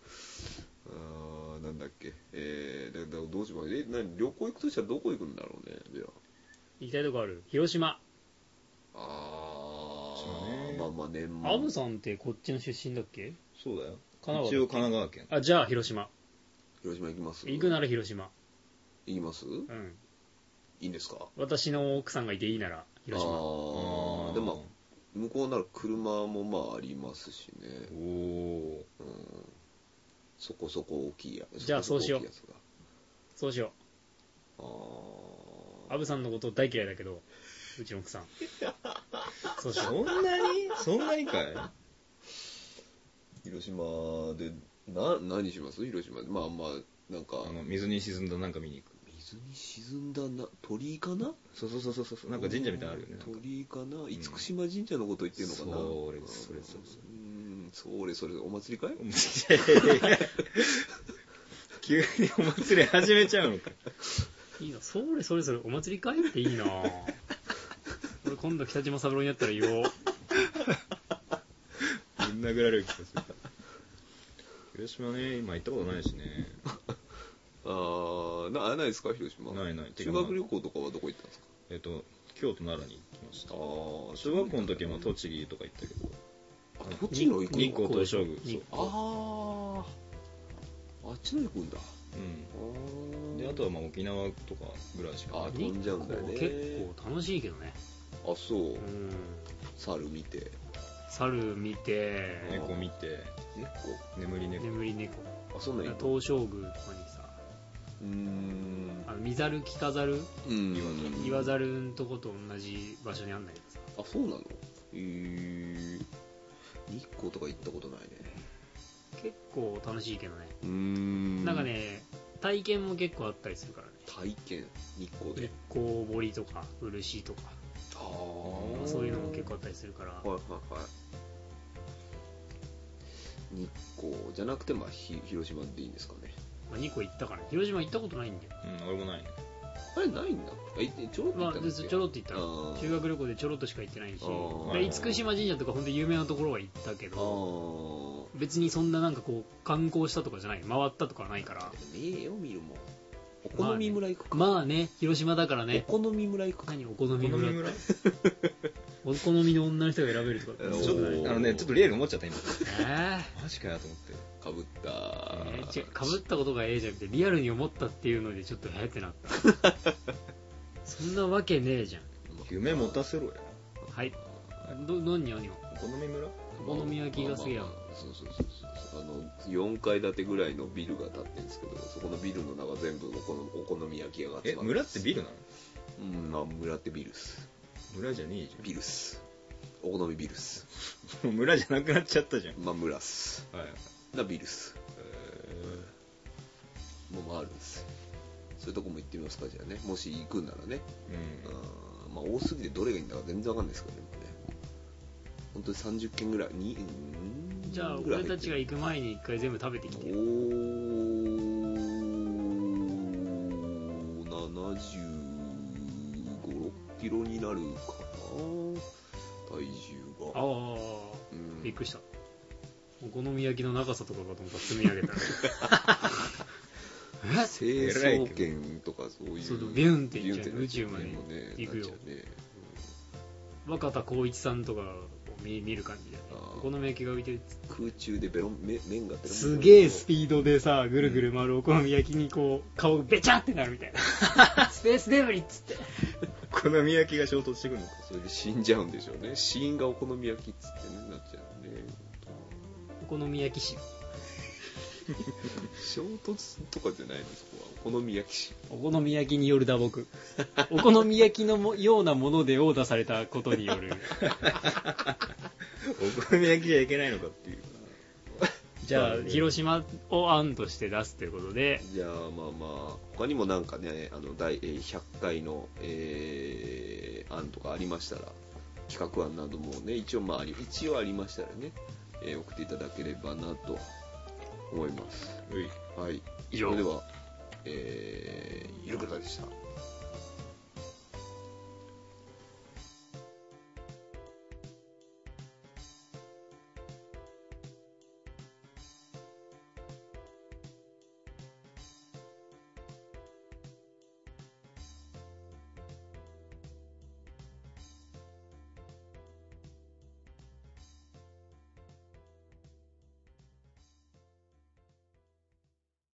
あなんだっけえー、だだどうします？え何旅行行くとしたらどこ行くんだろうね。じゃあ行きたいとこある？広島。 ああ、まあまあ年末。アブさんってこっちの出身だっけ？ そうだよ。 神奈川一応神奈川県。 あ、じゃあ広島。 広島行きます？ 行くなら広島。 行きます？うん。いいんですか？ 私の奥さんがいていいなら広島。 ああ、でも向こうなら車もまあありますしね。 おお、 うん。そこそこ大きいやつ。 じゃあそうしよう。そうしよう。 ああ。 アブさんのこと大嫌いだけど。うちの奥さんそうそんなにそんなにかい広島でな何します？広島でまあまあなんかあの水に沈んだなんか見に行く。 水に沈んだな鳥居かな？ そうそうそうそうそうなんか神社みたいなのあるよね。 鳥居かな？厳島神社のこと言ってるのかな？ それそれそれうんそれそれお祭りかい？ お祭り急にお祭り始めちゃうのか。 いいな、それそれそれお祭りかいっていいな俺今度北島三郎にやったら言おうぶん殴られる気がする。広島ね、今行ったことないしねあな、ないですか広島？ ないない。 修学旅行とかはどこ行ったんですか？ えっと、京都奈良に行きました。あ小学校の時も栃木とか行ったけど。 あ、栃木の行くの？ 日光東照宮。 あああっちの行くんだ。 うん、であとはまあ沖縄とかぐらいしか。 あ飛んじゃうんだよね。 結構楽しいけどね。 あそう、うん、猿見て猿見て猫見て猫眠り猫眠り猫あそんなに東照宮とかにさうーんあの見ざる聞かざるうん言わざるんとこと同じ場所にあんだけどさ。 あそうなの？へえ日光とか行ったことないね。 結構楽しいけどね。 うーんなんかね体験も結構あったりするからね。 体験日光で日光彫りとか漆とかあそういうのも結構あったりするから。 はいはいはい日光じゃなくてまあひ広島でいいんですかね。 まあ、日光行ったから広島行ったことないんだよ。 うん俺もないね。 あれないんだ。あちょろっと行ったんですよ。 まあ、ちょろっと行ったの。修学旅行でちょろっとしか行ってないしで厳島神社とか本当に有名なところは行ったけど別にそんななんかこう観光したとかじゃない回ったとかはないから。 ええよ見るもん。お好み村行くか。 まあね、まあね広島だからね。 お好み村行くか。 何お好み村ってお好みの女の人が選べるとかちょっとあのねちょっとリアル思っちゃった今えー、マジかよと思ってかぶった、 えー、違うかぶったことがええじゃんってリアルに思ったっていうのでちょっとへーってなったそんなわけねえじゃん夢持たせろやはいど何何をお好み村お好み焼きが好きやん、 まあまあまあ、そうそうそうそうあのよんかい建てぐらいのビルが建ってるんですけどそこのビルの中全部お好お好み焼き屋が集まる。 え村ってビルなの？ うんまあ村ってビルっす。 村じゃねえじゃん。 ビルっす。お好みビルっす。 もう村じゃなくなっちゃったじゃん。 まあ村っす。はい。なビルっす。えー、もう回るんです。そういうとこも行ってみますかじゃあね。もし行くんならね。うん。あまあ多すぎてどれがいいんだか全然わかんないですけどね。本当にさんじゅっけんぐらいにじゃあ俺たちが行く前に一回全部食べてきておーななじゅうご、ろっキロになるかな体重がああ、 うん、びっくりしたお好み焼きの長さとかかと思ったら積み上げたら成層圏とかそういうそうビュンっていっちゃう宇宙まで行くよ、ねうん、若田光一さんとか見, 見る感じでお好み焼きが浮いてる空中でベロン麺がベロンすげえスピードでさぐるぐる回るお好み焼きにこう顔がベチャってなるみたいなスペースデブリっつってお好み焼きが衝突してくるのかそれで死んじゃうんでしょうね死因がお好み焼きっつってねなっちゃうねお好み焼き死衝突とかじゃないのそこはお好み焼き死お好み焼きによる打撲お好み焼きのもようなものでオーダーされたことによるお好み焼きじゃいけないのかっていうじゃあ広島を案として出すということでじゃあまあまあ他にもなんかねあの第ひゃっかいの、えー、案とかありましたら企画案などもね一応まあ一応ありましたらね、えー、送っていただければなと思います。はい。それでは、えー、ゆるくたでした。